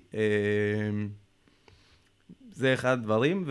זה אחד הדברים,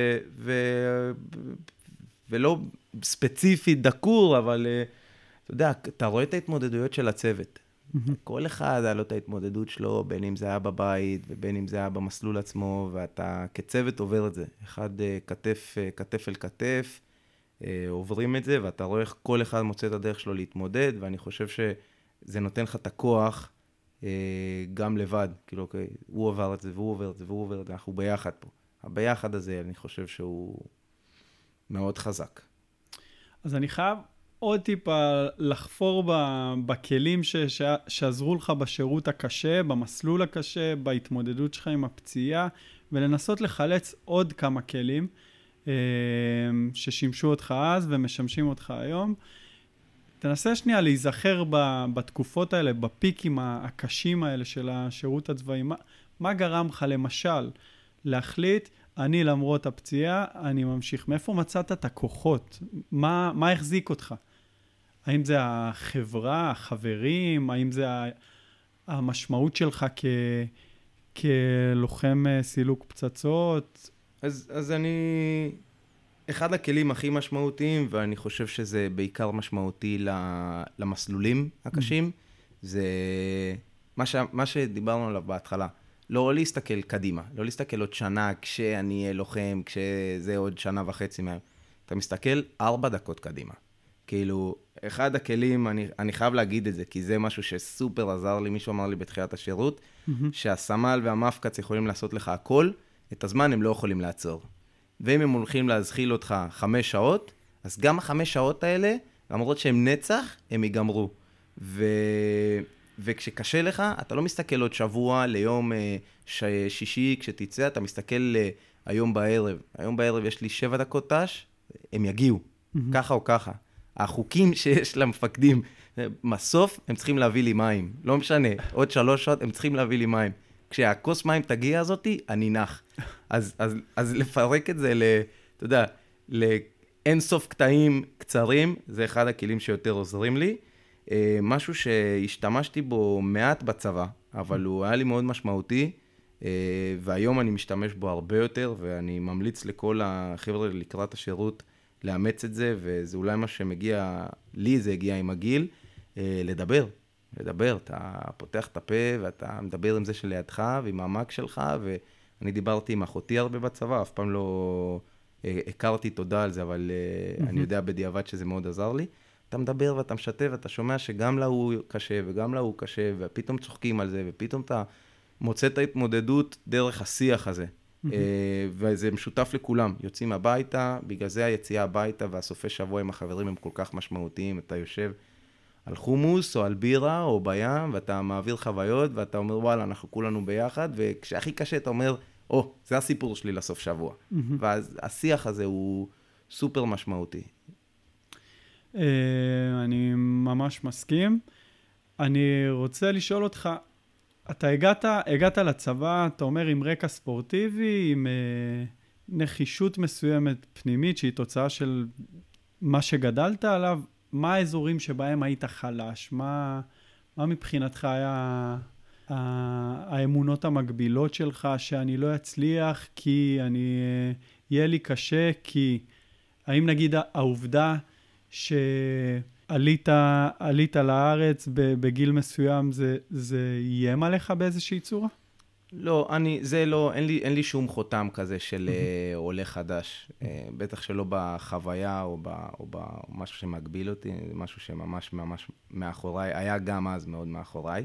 ולא ספציפית דקור, אבל אתה יודע, אתה רואה את ההתמודדויות של הצוות. כל אחד היה לו את ההתמודדות שלו, בין אם זה היה בבית, ובין אם זה היה במסלול עצמו, ואתה כצוות עובר את זה. אחד כתף אל כתף, עוברים את זה, ואתה רואה איך כל אחד מוצא את הדרך שלו להתמודד, ואני חושב שזה נותן לך את הכוח גם לבד. כאילו, אוקיי, הוא עבר את זה, והוא עובר את זה, והוא עובר את זה, אנחנו ביחד פה. הביחד הזה, אני חושב שהוא מאוד חזק. אז אני חייב עוד טיפה לחפור בכלים שעזרו לך בשירות הקשה, במסלול הקשה, בהתמודדות שלך עם הפציעה, ולנסות לחלץ עוד כמה כלים ששימשו אותך אז ומשמשים אותך היום. תנסה שנייה להיזכר בתקופות האלה, בפיקים הקשים האלה של השירות הצבאי. מה גרם לך למשל להחליט, אני למרות הפציעה, אני ממשיך? מאיפה מצאת את הכוחות? מה החזיק אותך? האם זה החברה, החברים? האם זה המשמעות שלך כלוחם סילוק פצצות? אז אני... אחד הכלים הכי משמעותיים, ואני חושב שזה בעיקר משמעותי למסלולים הקשים, זה מה שדיברנו עליו בהתחלה. לא להסתכל קדימה, לא להסתכל עוד שנה כשאני אהיה לוחם, כשזה עוד שנה וחצי מהם. אתה מסתכל 4 דקות קדימה. כאילו, אחד הכלים, אני חייב להגיד את זה, כי זה משהו שסופר עזר לי, מישהו אמר לי בתחילת השירות, שהסמל והמפקץ יכולים לעשות לך הכל, את הזמן הם לא יכולים לעצור. ואם הם הולכים להזחיל אותך 5 שעות, אז גם 5 שעות האלה, למרות שהם נצח, הם ייגמרו. וכשקשה לך, אתה לא מסתכל עוד שבוע ליום שישי, כשתצא, אתה מסתכל היום בערב. היום בערב יש לי 7 דקות תש, הם יגיעו, ככה או ככה. החוקים שיש למפקדים, בסוף הם צריכים להביא לי מים. לא משנה, עוד 3 שעות הם צריכים להביא לי מים. כשהכוס מים תגיע הזאתי, אני נח. אז לפרק את זה אתה יודע, לאינסוף קטעים קצרים, זה אחד הכלים שיותר עוזרים לי. משהו שהשתמשתי בו מעט בצבא, אבל הוא היה לי מאוד משמעותי, והיום אני משתמש בו הרבה יותר, ואני ממליץ לכל החבר'ה לקראת השירות לאמץ את זה, וזה אולי מה שמגיע, לי זה הגיע עם הגיל, לדבר, אתה פותח את הפה, ואתה מדבר עם זה שלידך, ועם המק שלך, ואני דיברתי עם אחותי הרבה בצבא, אף פעם לא הכרתי תודה על זה, אבל אני יודע בדיעבד שזה מאוד עזר לי. אתה מדבר ואתה משתף, ואתה שומע שגם לה הוא קשה, וגם לה הוא קשה, ופתאום צוחקים על זה, ופתאום אתה מוצא את ההתמודדות דרך השיח הזה. וזה משותף לכולם, יוצאים הביתה, בגלל זה היציאה הביתה, והסופי שבוע עם החברים הם כל כך משמעותיים, אתה יושב על חומוס, או על בירה, או בים, ואתה מעביר חוויות, ואתה אומר, וואלה, אנחנו כולנו ביחד, וכשהכי קשה אתה אומר, זה הסיפור שלי לסוף שבוע. ואז השיח הזה הוא סופר משמעותי. אני ממש מסכים. אני רוצה לשאול אותך, אתה הגעת לצבא, אתה אומר, עם רקע ספורטיבי, עם נחישות מסוימת פנימית, שהיא תוצאה של מה שגדלת עליו, מה האזורים שבהם היית חלש? מה מבחינתך היה האמונות המקבילות שלך, שאני לא אצליח כי יהיה לי קשה, כי האם נגיד העובדה שעלית לארץ בגיל מסוים, זה יהיה עליך באיזושהי צורה? לא, אין לי שום חותם כזה של עולה חדש, בטח שלא בחוויה או במשהו שמגביל אותי, משהו שממש ממש מאחוריי, היה גם אז מאוד מאחוריי.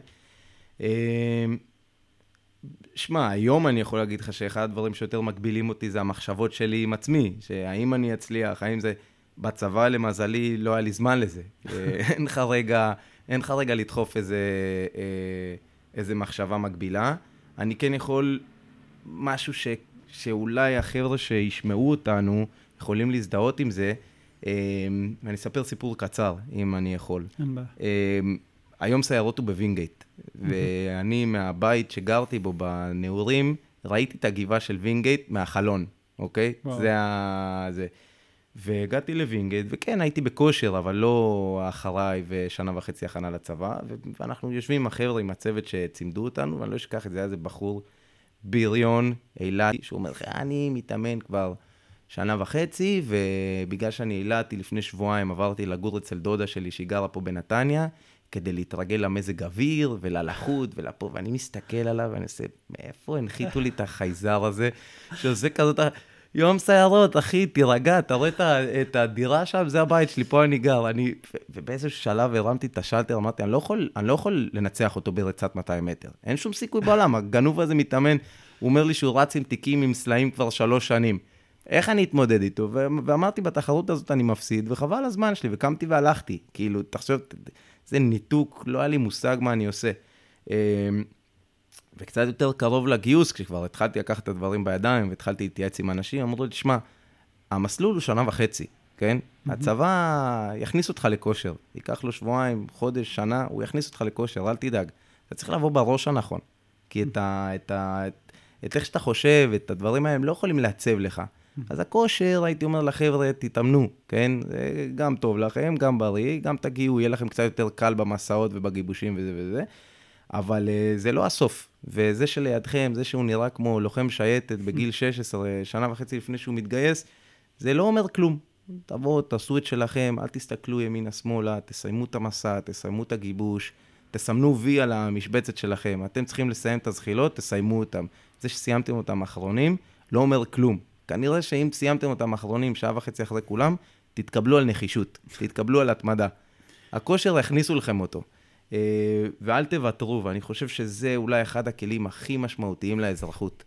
שמע, היום אני יכול להגיד לך שאחד הדברים שיותר מגבילים אותי זה המחשבות שלי עם עצמי, שהאם אני אצליח, האם זה... בצבא למזלי לא היה לי זמן לזה. אין לך רגע לדחוף איזה מחשבה מקבילה. אני כן יכול משהו שאולי החבר'ה שישמעו אותנו יכולים להזדהות עם זה. ואני אספר סיפור קצר, אם אני יכול. אין בעיה. היום סיירות הוא בווינגייט, ואני מהבית שגרתי בו בנעורים, ראיתי את הגבעה של וינגייט מהחלון, אוקיי? זה... והגעתי לווינגייט, וכן, הייתי בכושר, אבל לא אחריי ושנה וחצי הכנה לצבא, ואנחנו יושבים עם החבר'ה, עם הצוות שצימדו אותנו, ואני לא אשכח את זה, היה איזה בחור ביריון, אילתי, שהוא אומר, אני מתאמן כבר שנה וחצי, ובגלל שאני אילתי לפני שבועיים, עברתי לגור אצל דודה שלי, שהיא גרה פה בנתניה, כדי להתרגל למזג אוויר, וללחות, ולפה, ואני מסתכל עליו, ואני עושה, מאיפה הנחיתו לי את החייזר הזה, שעושה כזאת... יום סיירות, אחי, תירגע, אתה רואה את הדירה שם, זה הבית שלי, פה אני גר. ובאיזשהו שלב הרמתי את השלטר, אמרתי, אני לא יכול לנצח אותו ברצת 200 מטר. אין שום סיכוי בעולם, הגנוב הזה מתאמן, הוא אומר לי שהוא רץ עם תיקים עם סלעים כבר 3 שנים. איך אני אתמודד איתו? ואמרתי, בתחרות הזאת אני מפסיד, וחבל הזמן שלי, וקמתי והלכתי. כאילו, תחשוב, זה ניתוק, לא היה לי מושג מה אני עושה. וקצת יותר קרוב לגיוס, כשכבר התחלתי לקחת את הדברים בידיים, והתחלתי להתייעץ עם אנשים, אמרו לי, תשמע, המסלול הוא 1.5 שנה, כן? הצבא יכניס אותך לכושר, ייקח לו שבועיים, חודש, שנה, הוא יכניס אותך לכושר, אל תדאג. אתה צריך לבוא בראש הנכון, כי את איך שאתה חושב, את הדברים האלה, הם לא יכולים לעצב לך. אז הכושר, הייתי אומר לחבר'ה, תתאמנו, כן? זה גם טוב לכם, גם בריא, גם תגיעו, יהיה לכם קצת יותר קל במסעות ובגיבושים וזה וזה. אבל זה לא הסוף, וזה שלידכם, זה שהוא נראה כמו לוחם שייטת בגיל 16, 1.5 שנה לפני שהוא מתגייס, זה לא אומר כלום. תבואו, תעשו את שלכם, אל תסתכלו ימינה-שמאלה, תסיימו את המסע, תסיימו את הגיבוש, תסמנו וי על המשבצת שלכם. אתם צריכים לסיים את הזחילות, תסיימו אותם. זה שסיימתם אותם האחרונים, לא אומר כלום. כנראה שאם סיימתם אותם האחרונים, 1.5 שעה אחרי כולם, תתקבלו על נחישות, תתקבלו על התמדה. הכושר יכניסו לכם אותו. ואל תוותרו, ואני חושב שזה אולי אחד הכלים הכי משמעותיים לאזרחות.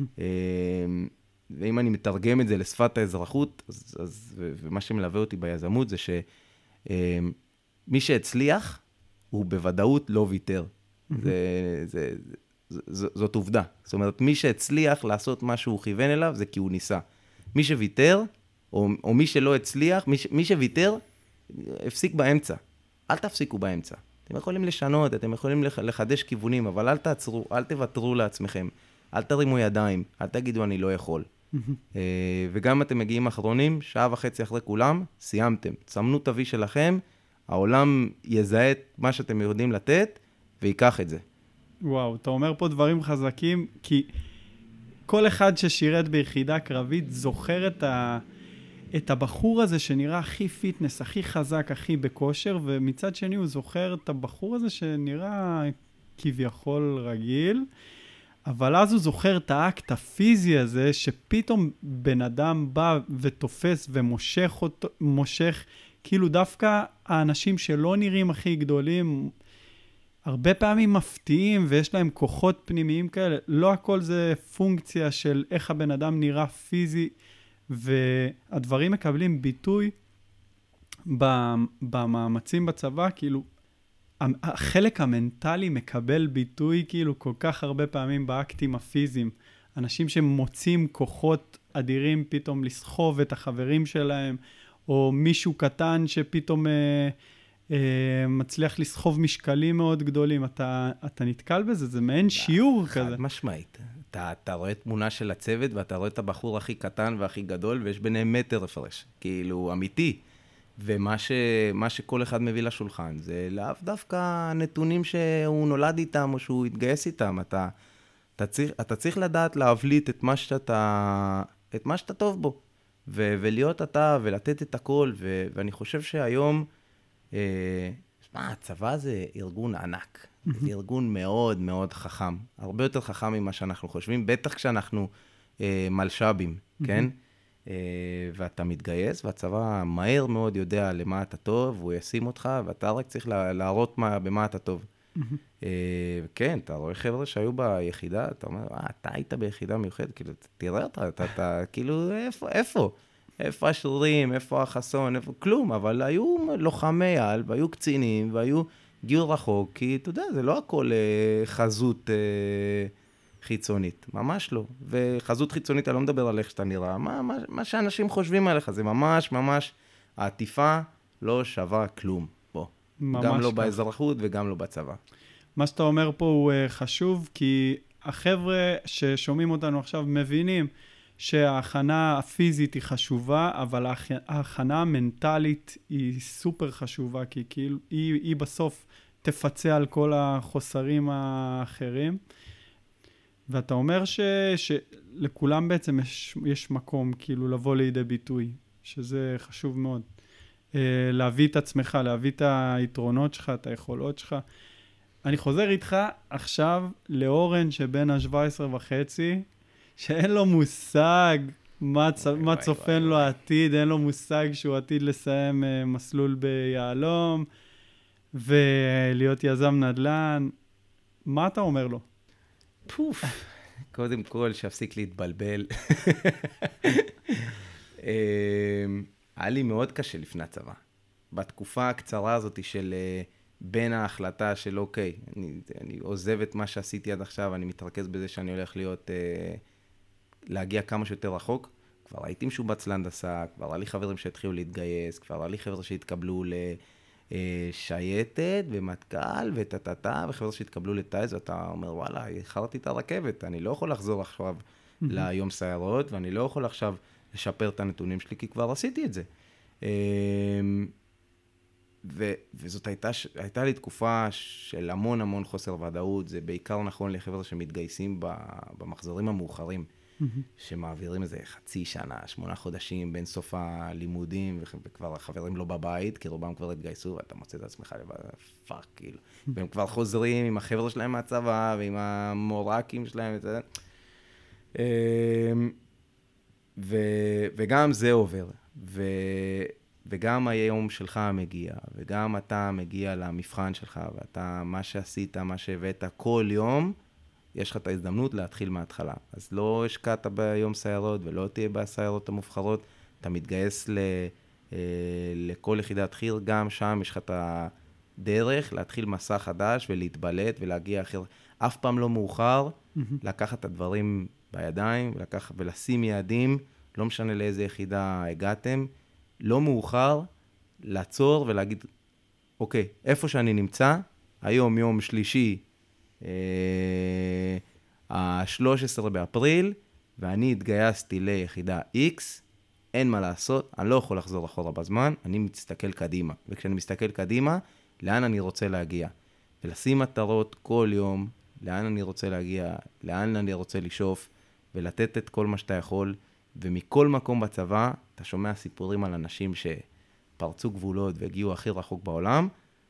ואם אני מתרגם את זה לשפת האזרחות, ומה שמלווה אותי ביזמות זה שמי שהצליח, הוא בוודאות לא ויתר. זאת עובדה. זאת אומרת, מי שהצליח לעשות מה שהוא כיוון אליו, זה כי הוא ניסה. מי שוויתר, או מי שלא הצליח, מי שוויתר, הפסיק באמצע. אל תפסיקו באמצע. אתם יכולים לשנות, אתם יכולים לחדש כיוונים, אבל אל תעצרו, אל תוותרו לעצמכם. אל תרימו ידיים, אל תגידו אני לא יכול. וגם אתם מגיעים אחרונים, 1.5 שעה אחרי כולם, סיימתם. צמנו את הוי שלכם, העולם יזהה את מה שאתם יודעים לתת, ויקח את זה. וואו, אתה אומר פה דברים חזקים, כי כל אחד ששירת ביחידה קרבית זוכר את הבחור הזה שנראה הכי פיטנס, הכי חזק, הכי בכושר, ומצד שני הוא זוכר את הבחור הזה שנראה כביכול רגיל, אבל אז הוא זוכר את האקט הפיזי הזה, שפתאום בן אדם בא ותופס ומושך אותו, כאילו דווקא האנשים שלא נראים הכי גדולים, הרבה פעמים מפתיעים ויש להם כוחות פנימיים כאלה. לא הכל זה פונקציה של איך הבן אדם נראה פיזי, והדברים מקבלים ביטוי במאמצים בצבא, כאילו החלק המנטלי מקבל ביטוי כאילו כל כך הרבה פעמים באקטים הפיזיים. אנשים שמוצאים כוחות אדירים פתאום לסחוב את החברים שלהם, או מישהו קטן שפתאום מצליח לסחוב משקלים מאוד גדולים. אתה נתקל בזה? זה מעין שיעור כזה. חד משמעית. אתה רואה תמונה של הצוות, ואתה רואה את הבחור הכי קטן והכי גדול, ויש ביניהם מטר הפרש. כאילו, אמיתי. ומה שכל אחד מביא לשולחן, זה לאו דווקא נתונים שהוא נולד איתם, או שהוא התגייס איתם. אתה צריך לדעת להבליט את מה שאתה טוב בו. ולהיות אתה, ולתת את הכל. ואני חושב שהיום, הצבא זה ארגון ענק. זה ארגון מאוד מאוד חכם. הרבה יותר חכם ממה שאנחנו חושבים, בטח כשאנחנו מלשבים, כן? ואתה מתגייס, והצבא מהר מאוד יודע למה אתה טוב, והוא ישים אותך, ואתה רק צריך להראות במה אתה טוב. כן, אתה רואה חבר'ה שהיו ביחידה, אתה אומר, אתה היית ביחידה מיוחדת, כאילו, תראה אותה, אתה כאילו, איפה השרירים, איפה החסון, איפה, כלום, אבל היו לוחמי על, והיו קצינים, והיו גיור רחוק, כי אתה יודע, זה לא הכל חזות חיצונית, ממש לא. וחזות חיצונית, אני לא מדבר על איך שאתה נראה, מה שאנשים חושבים עליך, זה ממש, העטיפה לא שווה כלום, בוא. גם לא באזרחות וגם לא בצבא. מה שאתה אומר פה הוא חשוב, כי החבר'ה ששומעים אותנו עכשיו מבינים שההכנה הפיזית היא חשובה, אבל ההכנה המנטלית היא סופר חשובה, כי כאילו היא בסוף תפצה על כל החוסרים האחרים. ואתה אומר שלכולם בעצם יש מקום כאילו לבוא לידי ביטוי, שזה חשוב מאוד. להביא את עצמך, להביא את היתרונות שלך, את היכולות שלך. אני חוזר איתך עכשיו לאורן שבין ה-17.5, שאין לו מושג מה צופן לו העתיד, אין לו מושג שהוא עתיד לסיים מסלול ביעלום, ולהיות יזם נדל"ן. מה אתה אומר לו? פוף, קודם כל, שאפסיק להתבלבל. היה לי מאוד קשה לפני הצבא. בתקופה הקצרה הזאת של בין ההחלטה של אוקיי, אני עוזב את מה שעשיתי עד עכשיו, אני מתרכז בזה שאני הולך להגיע כמה שיותר רחוק. כבר הייתי משובץ להנדסה, כבר היה לי חברים שהתחילו להתגייס, כבר היה לי חבר'ה שהתקבלו לשייטת ומטכ"ל וטטטה, וחבר'ה שהתקבלו לטייז, ואתה אומר, וואלה, איחרתי את הרכבת, אני לא יכול לחזור עכשיו ליום סיירות, ואני לא יכול עכשיו לשפר את הנתונים שלי, כי כבר עשיתי את זה. וזאת הייתה לי תקופה של המון המון חוסר ודאות, זה בעיקר נכון לחבר'ה שמתגייסים במחזורים המאוחרים, שמעבירים איזה חצי שנה, 8 חודשים בין סוף הלימודים, וכבר החברים לא בבית, כי רובם כבר התגייסו, ואתה מוצא את עצמך לבד, פאק, כאילו. והם כבר חוזרים עם החבר'ה שלהם מהצבא, ועם המורקים שלהם, וגם זה עובר. וגם היום שלך מגיע, וגם אתה מגיע למבחן שלך, ואתה, מה שעשית, מה שהבאת כל יום, יש לך את ההזדמנות להתחיל מההתחלה. אז לא השקעת ביום סיירות, ולא תהיה בסיירות המובחרות, אתה מתגייס לכל יחידת חי"ר, גם שם יש לך את הדרך להתחיל מסע חדש, ולהתבלט, ולהגיע אחר. אף פעם לא מאוחר, לקחת את הדברים בידיים, ולשים יעדים, לא משנה לאיזה יחידה הגעתם, לא מאוחר לעצור ולהגיד, אוקיי, איפה שאני נמצא, היום יום שלישי, ה-13 באפריל, ואני התגייסתי ליחידה X, אין מה לעשות, אני לא יכול לחזור אחורה בזמן, אני מסתכל קדימה. וכשאני מסתכל קדימה, לאן אני רוצה להגיע? ולשים מטרות כל יום, לאן אני רוצה להגיע, לאן אני רוצה לשאוף, ולתת את כל מה שאתה יכול, ומכל מקום בצבא, אתה שומע סיפורים על אנשים שפרצו גבולות והגיעו הכי רחוק בעולם,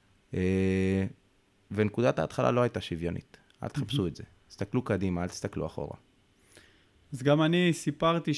ונקודת ההתחלה לא הייתה שוויונית. אל תחפשו את זה. תסתכלו קדימה, אל תסתכלו אחורה. אז גם אני סיפרתי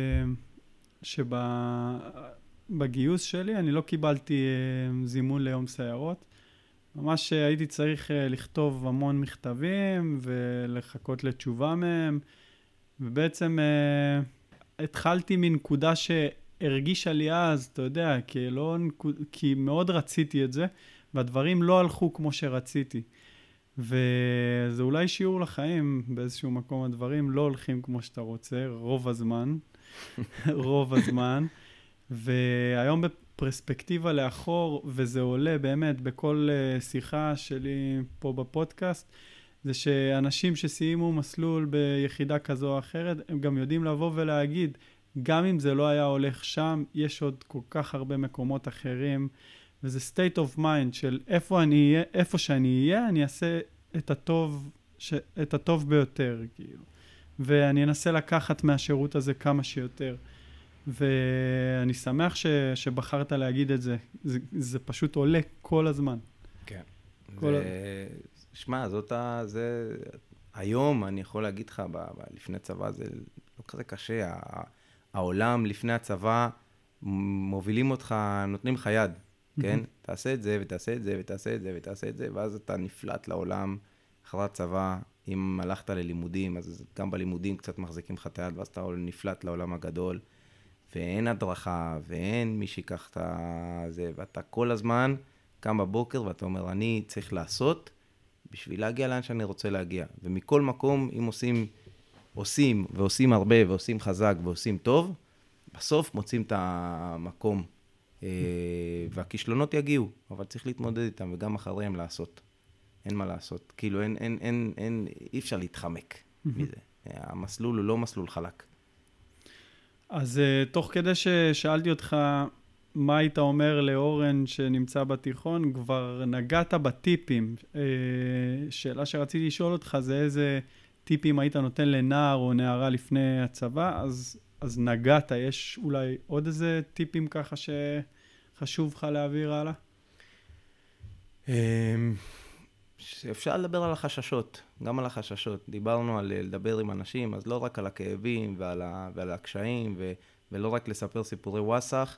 שבגיוס שלי אני לא קיבלתי זימון ליום סיירות. ממש הייתי צריך לכתוב המון מכתבים ולחכות לתשובה מהם, ובעצם התחלתי מנקודה שהרגישה לי אז, אתה יודע, כי מאוד רציתי את זה, והדברים לא הלכו כמו שרציתי. וזה אולי שיעור לחיים, באיזשהו מקום הדברים לא הולכים כמו שאתה רוצה, רוב הזמן. רוב הזמן. והיום בפרספקטיבה לאחור, וזה עולה באמת בכל שיחה שלי פה בפודקאסט, זה שאנשים שסיימו מסלול ביחידה כזו או אחרת, הם גם יודעים לבוא ולהגיד, גם אם זה לא היה הולך שם, יש עוד כל כך הרבה מקומות אחרים, וזה state of mind של איפה שאני אהיה, אני אעשה את הטוב ביותר, כאילו. ואני אנסה לקחת מהשירות הזה כמה שיותר. ואני שמח שבחרת להגיד את זה. זה פשוט עולה כל הזמן. כן. שמע, היום אני יכול להגיד לך, לפני צבא זה לא כזה קשה. העולם לפני הצבא מובילים אותך, נותנים לך יד. כן? תעשה את זה, ותעשה את זה, ותעשה את זה, ותעשה את זה, ואז אתה נפלט לעולם אחרי הצבא. אם הלכת ללימודים, אז גם בלימודים קצת מחזיקים לך את היד, ואז אתה נפלט לעולם הגדול, ואין הדרכה, ואין מי שיקח את זה, ואתה כל הזמן קם בבוקר, ואתה אומר, אני צריך לעשות בשביל להגיע לאן שאני רוצה להגיע. ומכל מקום, אם עושים, ועושים הרבה, ועושים חזק, ועושים טוב, בסוף מוצאים את המקום. והכישלונות יגיעו, אבל צריך להתמודד איתם, וגם אחריהם לעשות. אין מה לעשות. כאילו, אי אפשר להתחמק מזה. המסלול הוא לא מסלול חלק. אז תוך כדי ששאלתי אותך, מה היית אומר לאורן שנמצא בתיכון, כבר נגעת בטיפים. שאלה שרציתי לשאול אותך, זה איזה טיפים היית נותן לנער או נערה לפני הצבא, אז נגעת, יש אולי עוד איזה טיפים ככה שחשוב לך להעביר הלאה? אפשר לדבר על החששות, גם על החששות. דיברנו על לדבר עם אנשים, אז לא רק על הכאבים ועל הקשיים, ולא רק לספר סיפורי וואסך.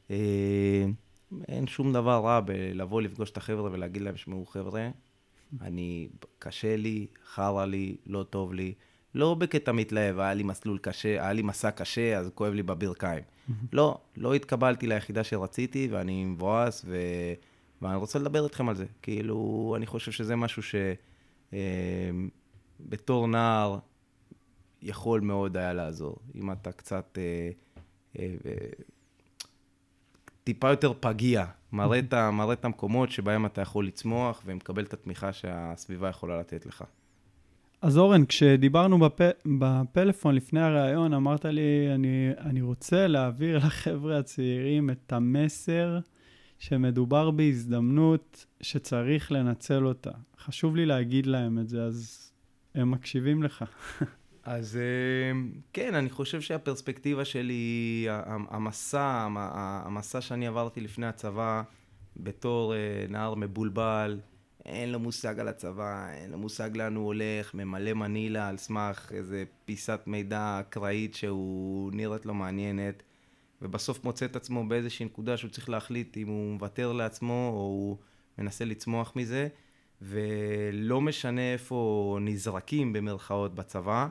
אין שום דבר רע בלבוא לפגוש את החבר'ה ולהגיד להם, שמעו חבר'ה, קשה לי, חרה לי, לא טוב לי, לא בקטע מתלהב, היה לי מסלול קשה, היה לי מסע קשה, אז כואב לי בברכיים. לא התקבלתי ליחידה שרציתי, ואני מבואס, ואני רוצה לדבר איתכם על זה. כאילו, אני חושב שזה משהו שבתור נער יכול מאוד היה לעזור. אם אתה קצת טיפה יותר פגיע, מראה את המקומות שבהם אתה יכול לצמוח, ומקבל את התמיכה שהסביבה יכולה לתת לך. אז אורן, כשדיברנו בפלאפון לפני הראיון, אמרת לי, אני רוצה להעביר לחבר'ה הצעירים את המסר שמדובר בהזדמנות שצריך לנצל אותה. חשוב לי להגיד להם את זה, אז הם מקשיבים לך. אז כן, אני חושב שהפרספקטיבה שלי, המסע שאני עברתי לפני הצבא, בתור נער מבולבל, אין לו מושג על הצבא, אין לו מושג לאן הוא הולך, ממלא מנילה על סמך איזה פיסת מידע אקראית שהוא נראית לו מעניינת, ובסוף מוצא את עצמו באיזושהי נקודה שהוא צריך להחליט אם הוא מוותר לעצמו או הוא מנסה לצמוח מזה, ולא משנה איפה נזרקים במרכאות בצבא,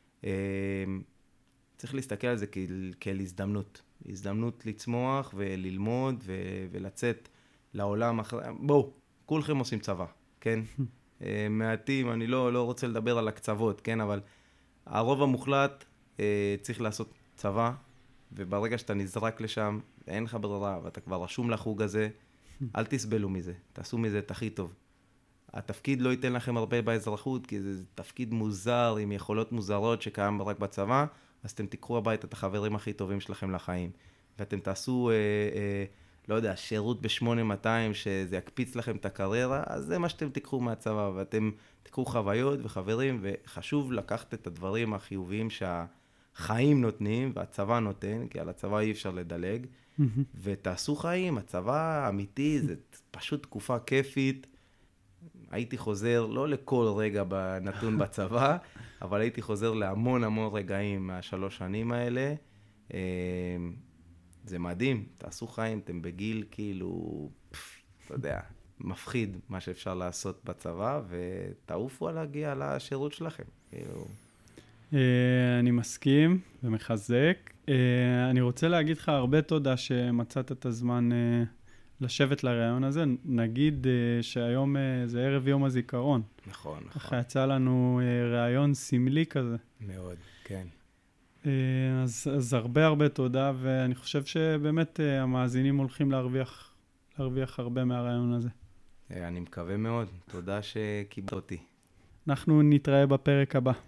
צריך להסתכל על זה כאל הזדמנות. הזדמנות לצמוח וללמוד ולצאת לעולם אחרי. בואו, כולכם עושים צבא, כן? מעטים, אני לא רוצה לדבר על הקצוות, כן? אבל הרוב המוחלט צריך לעשות צבא, וברגע שאתה נזרק לשם, אין לך ברירה, ואתה כבר רשום לחוג הזה, אל תסבלו מזה, תעשו מזה את הכי טוב. התפקיד לא ייתן לכם הרבה באזרחות, כי זה תפקיד מוזר, עם יכולות מוזרות שקיים רק בצבא, אז אתם תיקחו הביתה את החברים הכי טובים שלכם לחיים. ואתם תעשו, לא יודע, שירות ב-8200, שזה יקפיץ לכם את הקריירה, אז זה מה שאתם תיקחו מהצבא, ואתם תיקחו חוויות וחברים, וחשוב לקחת את הדברים החיוביים שהחיים נותנים, והצבא נותן, כי על הצבא אי אפשר לדלג, ותעשו חיים, הצבא האמיתי, זה פשוט תקופה כיפית, הייתי חוזר, לא לכל רגע בנתון בצבא, אבל הייתי חוזר להמון רגעים מהשלוש שנים האלה. זה מדהים, תעשו חיים, אתם בגיל כאילו, אתה יודע, מפחיד מה שאפשר לעשות בצבא, ותעופו להגיע לשירות שלכם. אני מסכים ומחזק. אני רוצה להגיד לך הרבה תודה שמצאת את הזמן לשבת לרעיון הזה. נגיד שהיום זה ערב יום הזיכרון. נכון. ככה יצא לנו רעיון סמלי כזה. מאוד, כן. אז הרבה תודה, ואני חושב שבאמת המאזינים הולכים להרוויח הרבה מהרעיון הזה. אני מקווה מאוד. תודה שקיבלת אותי. אנחנו נתראה בפרק הבא.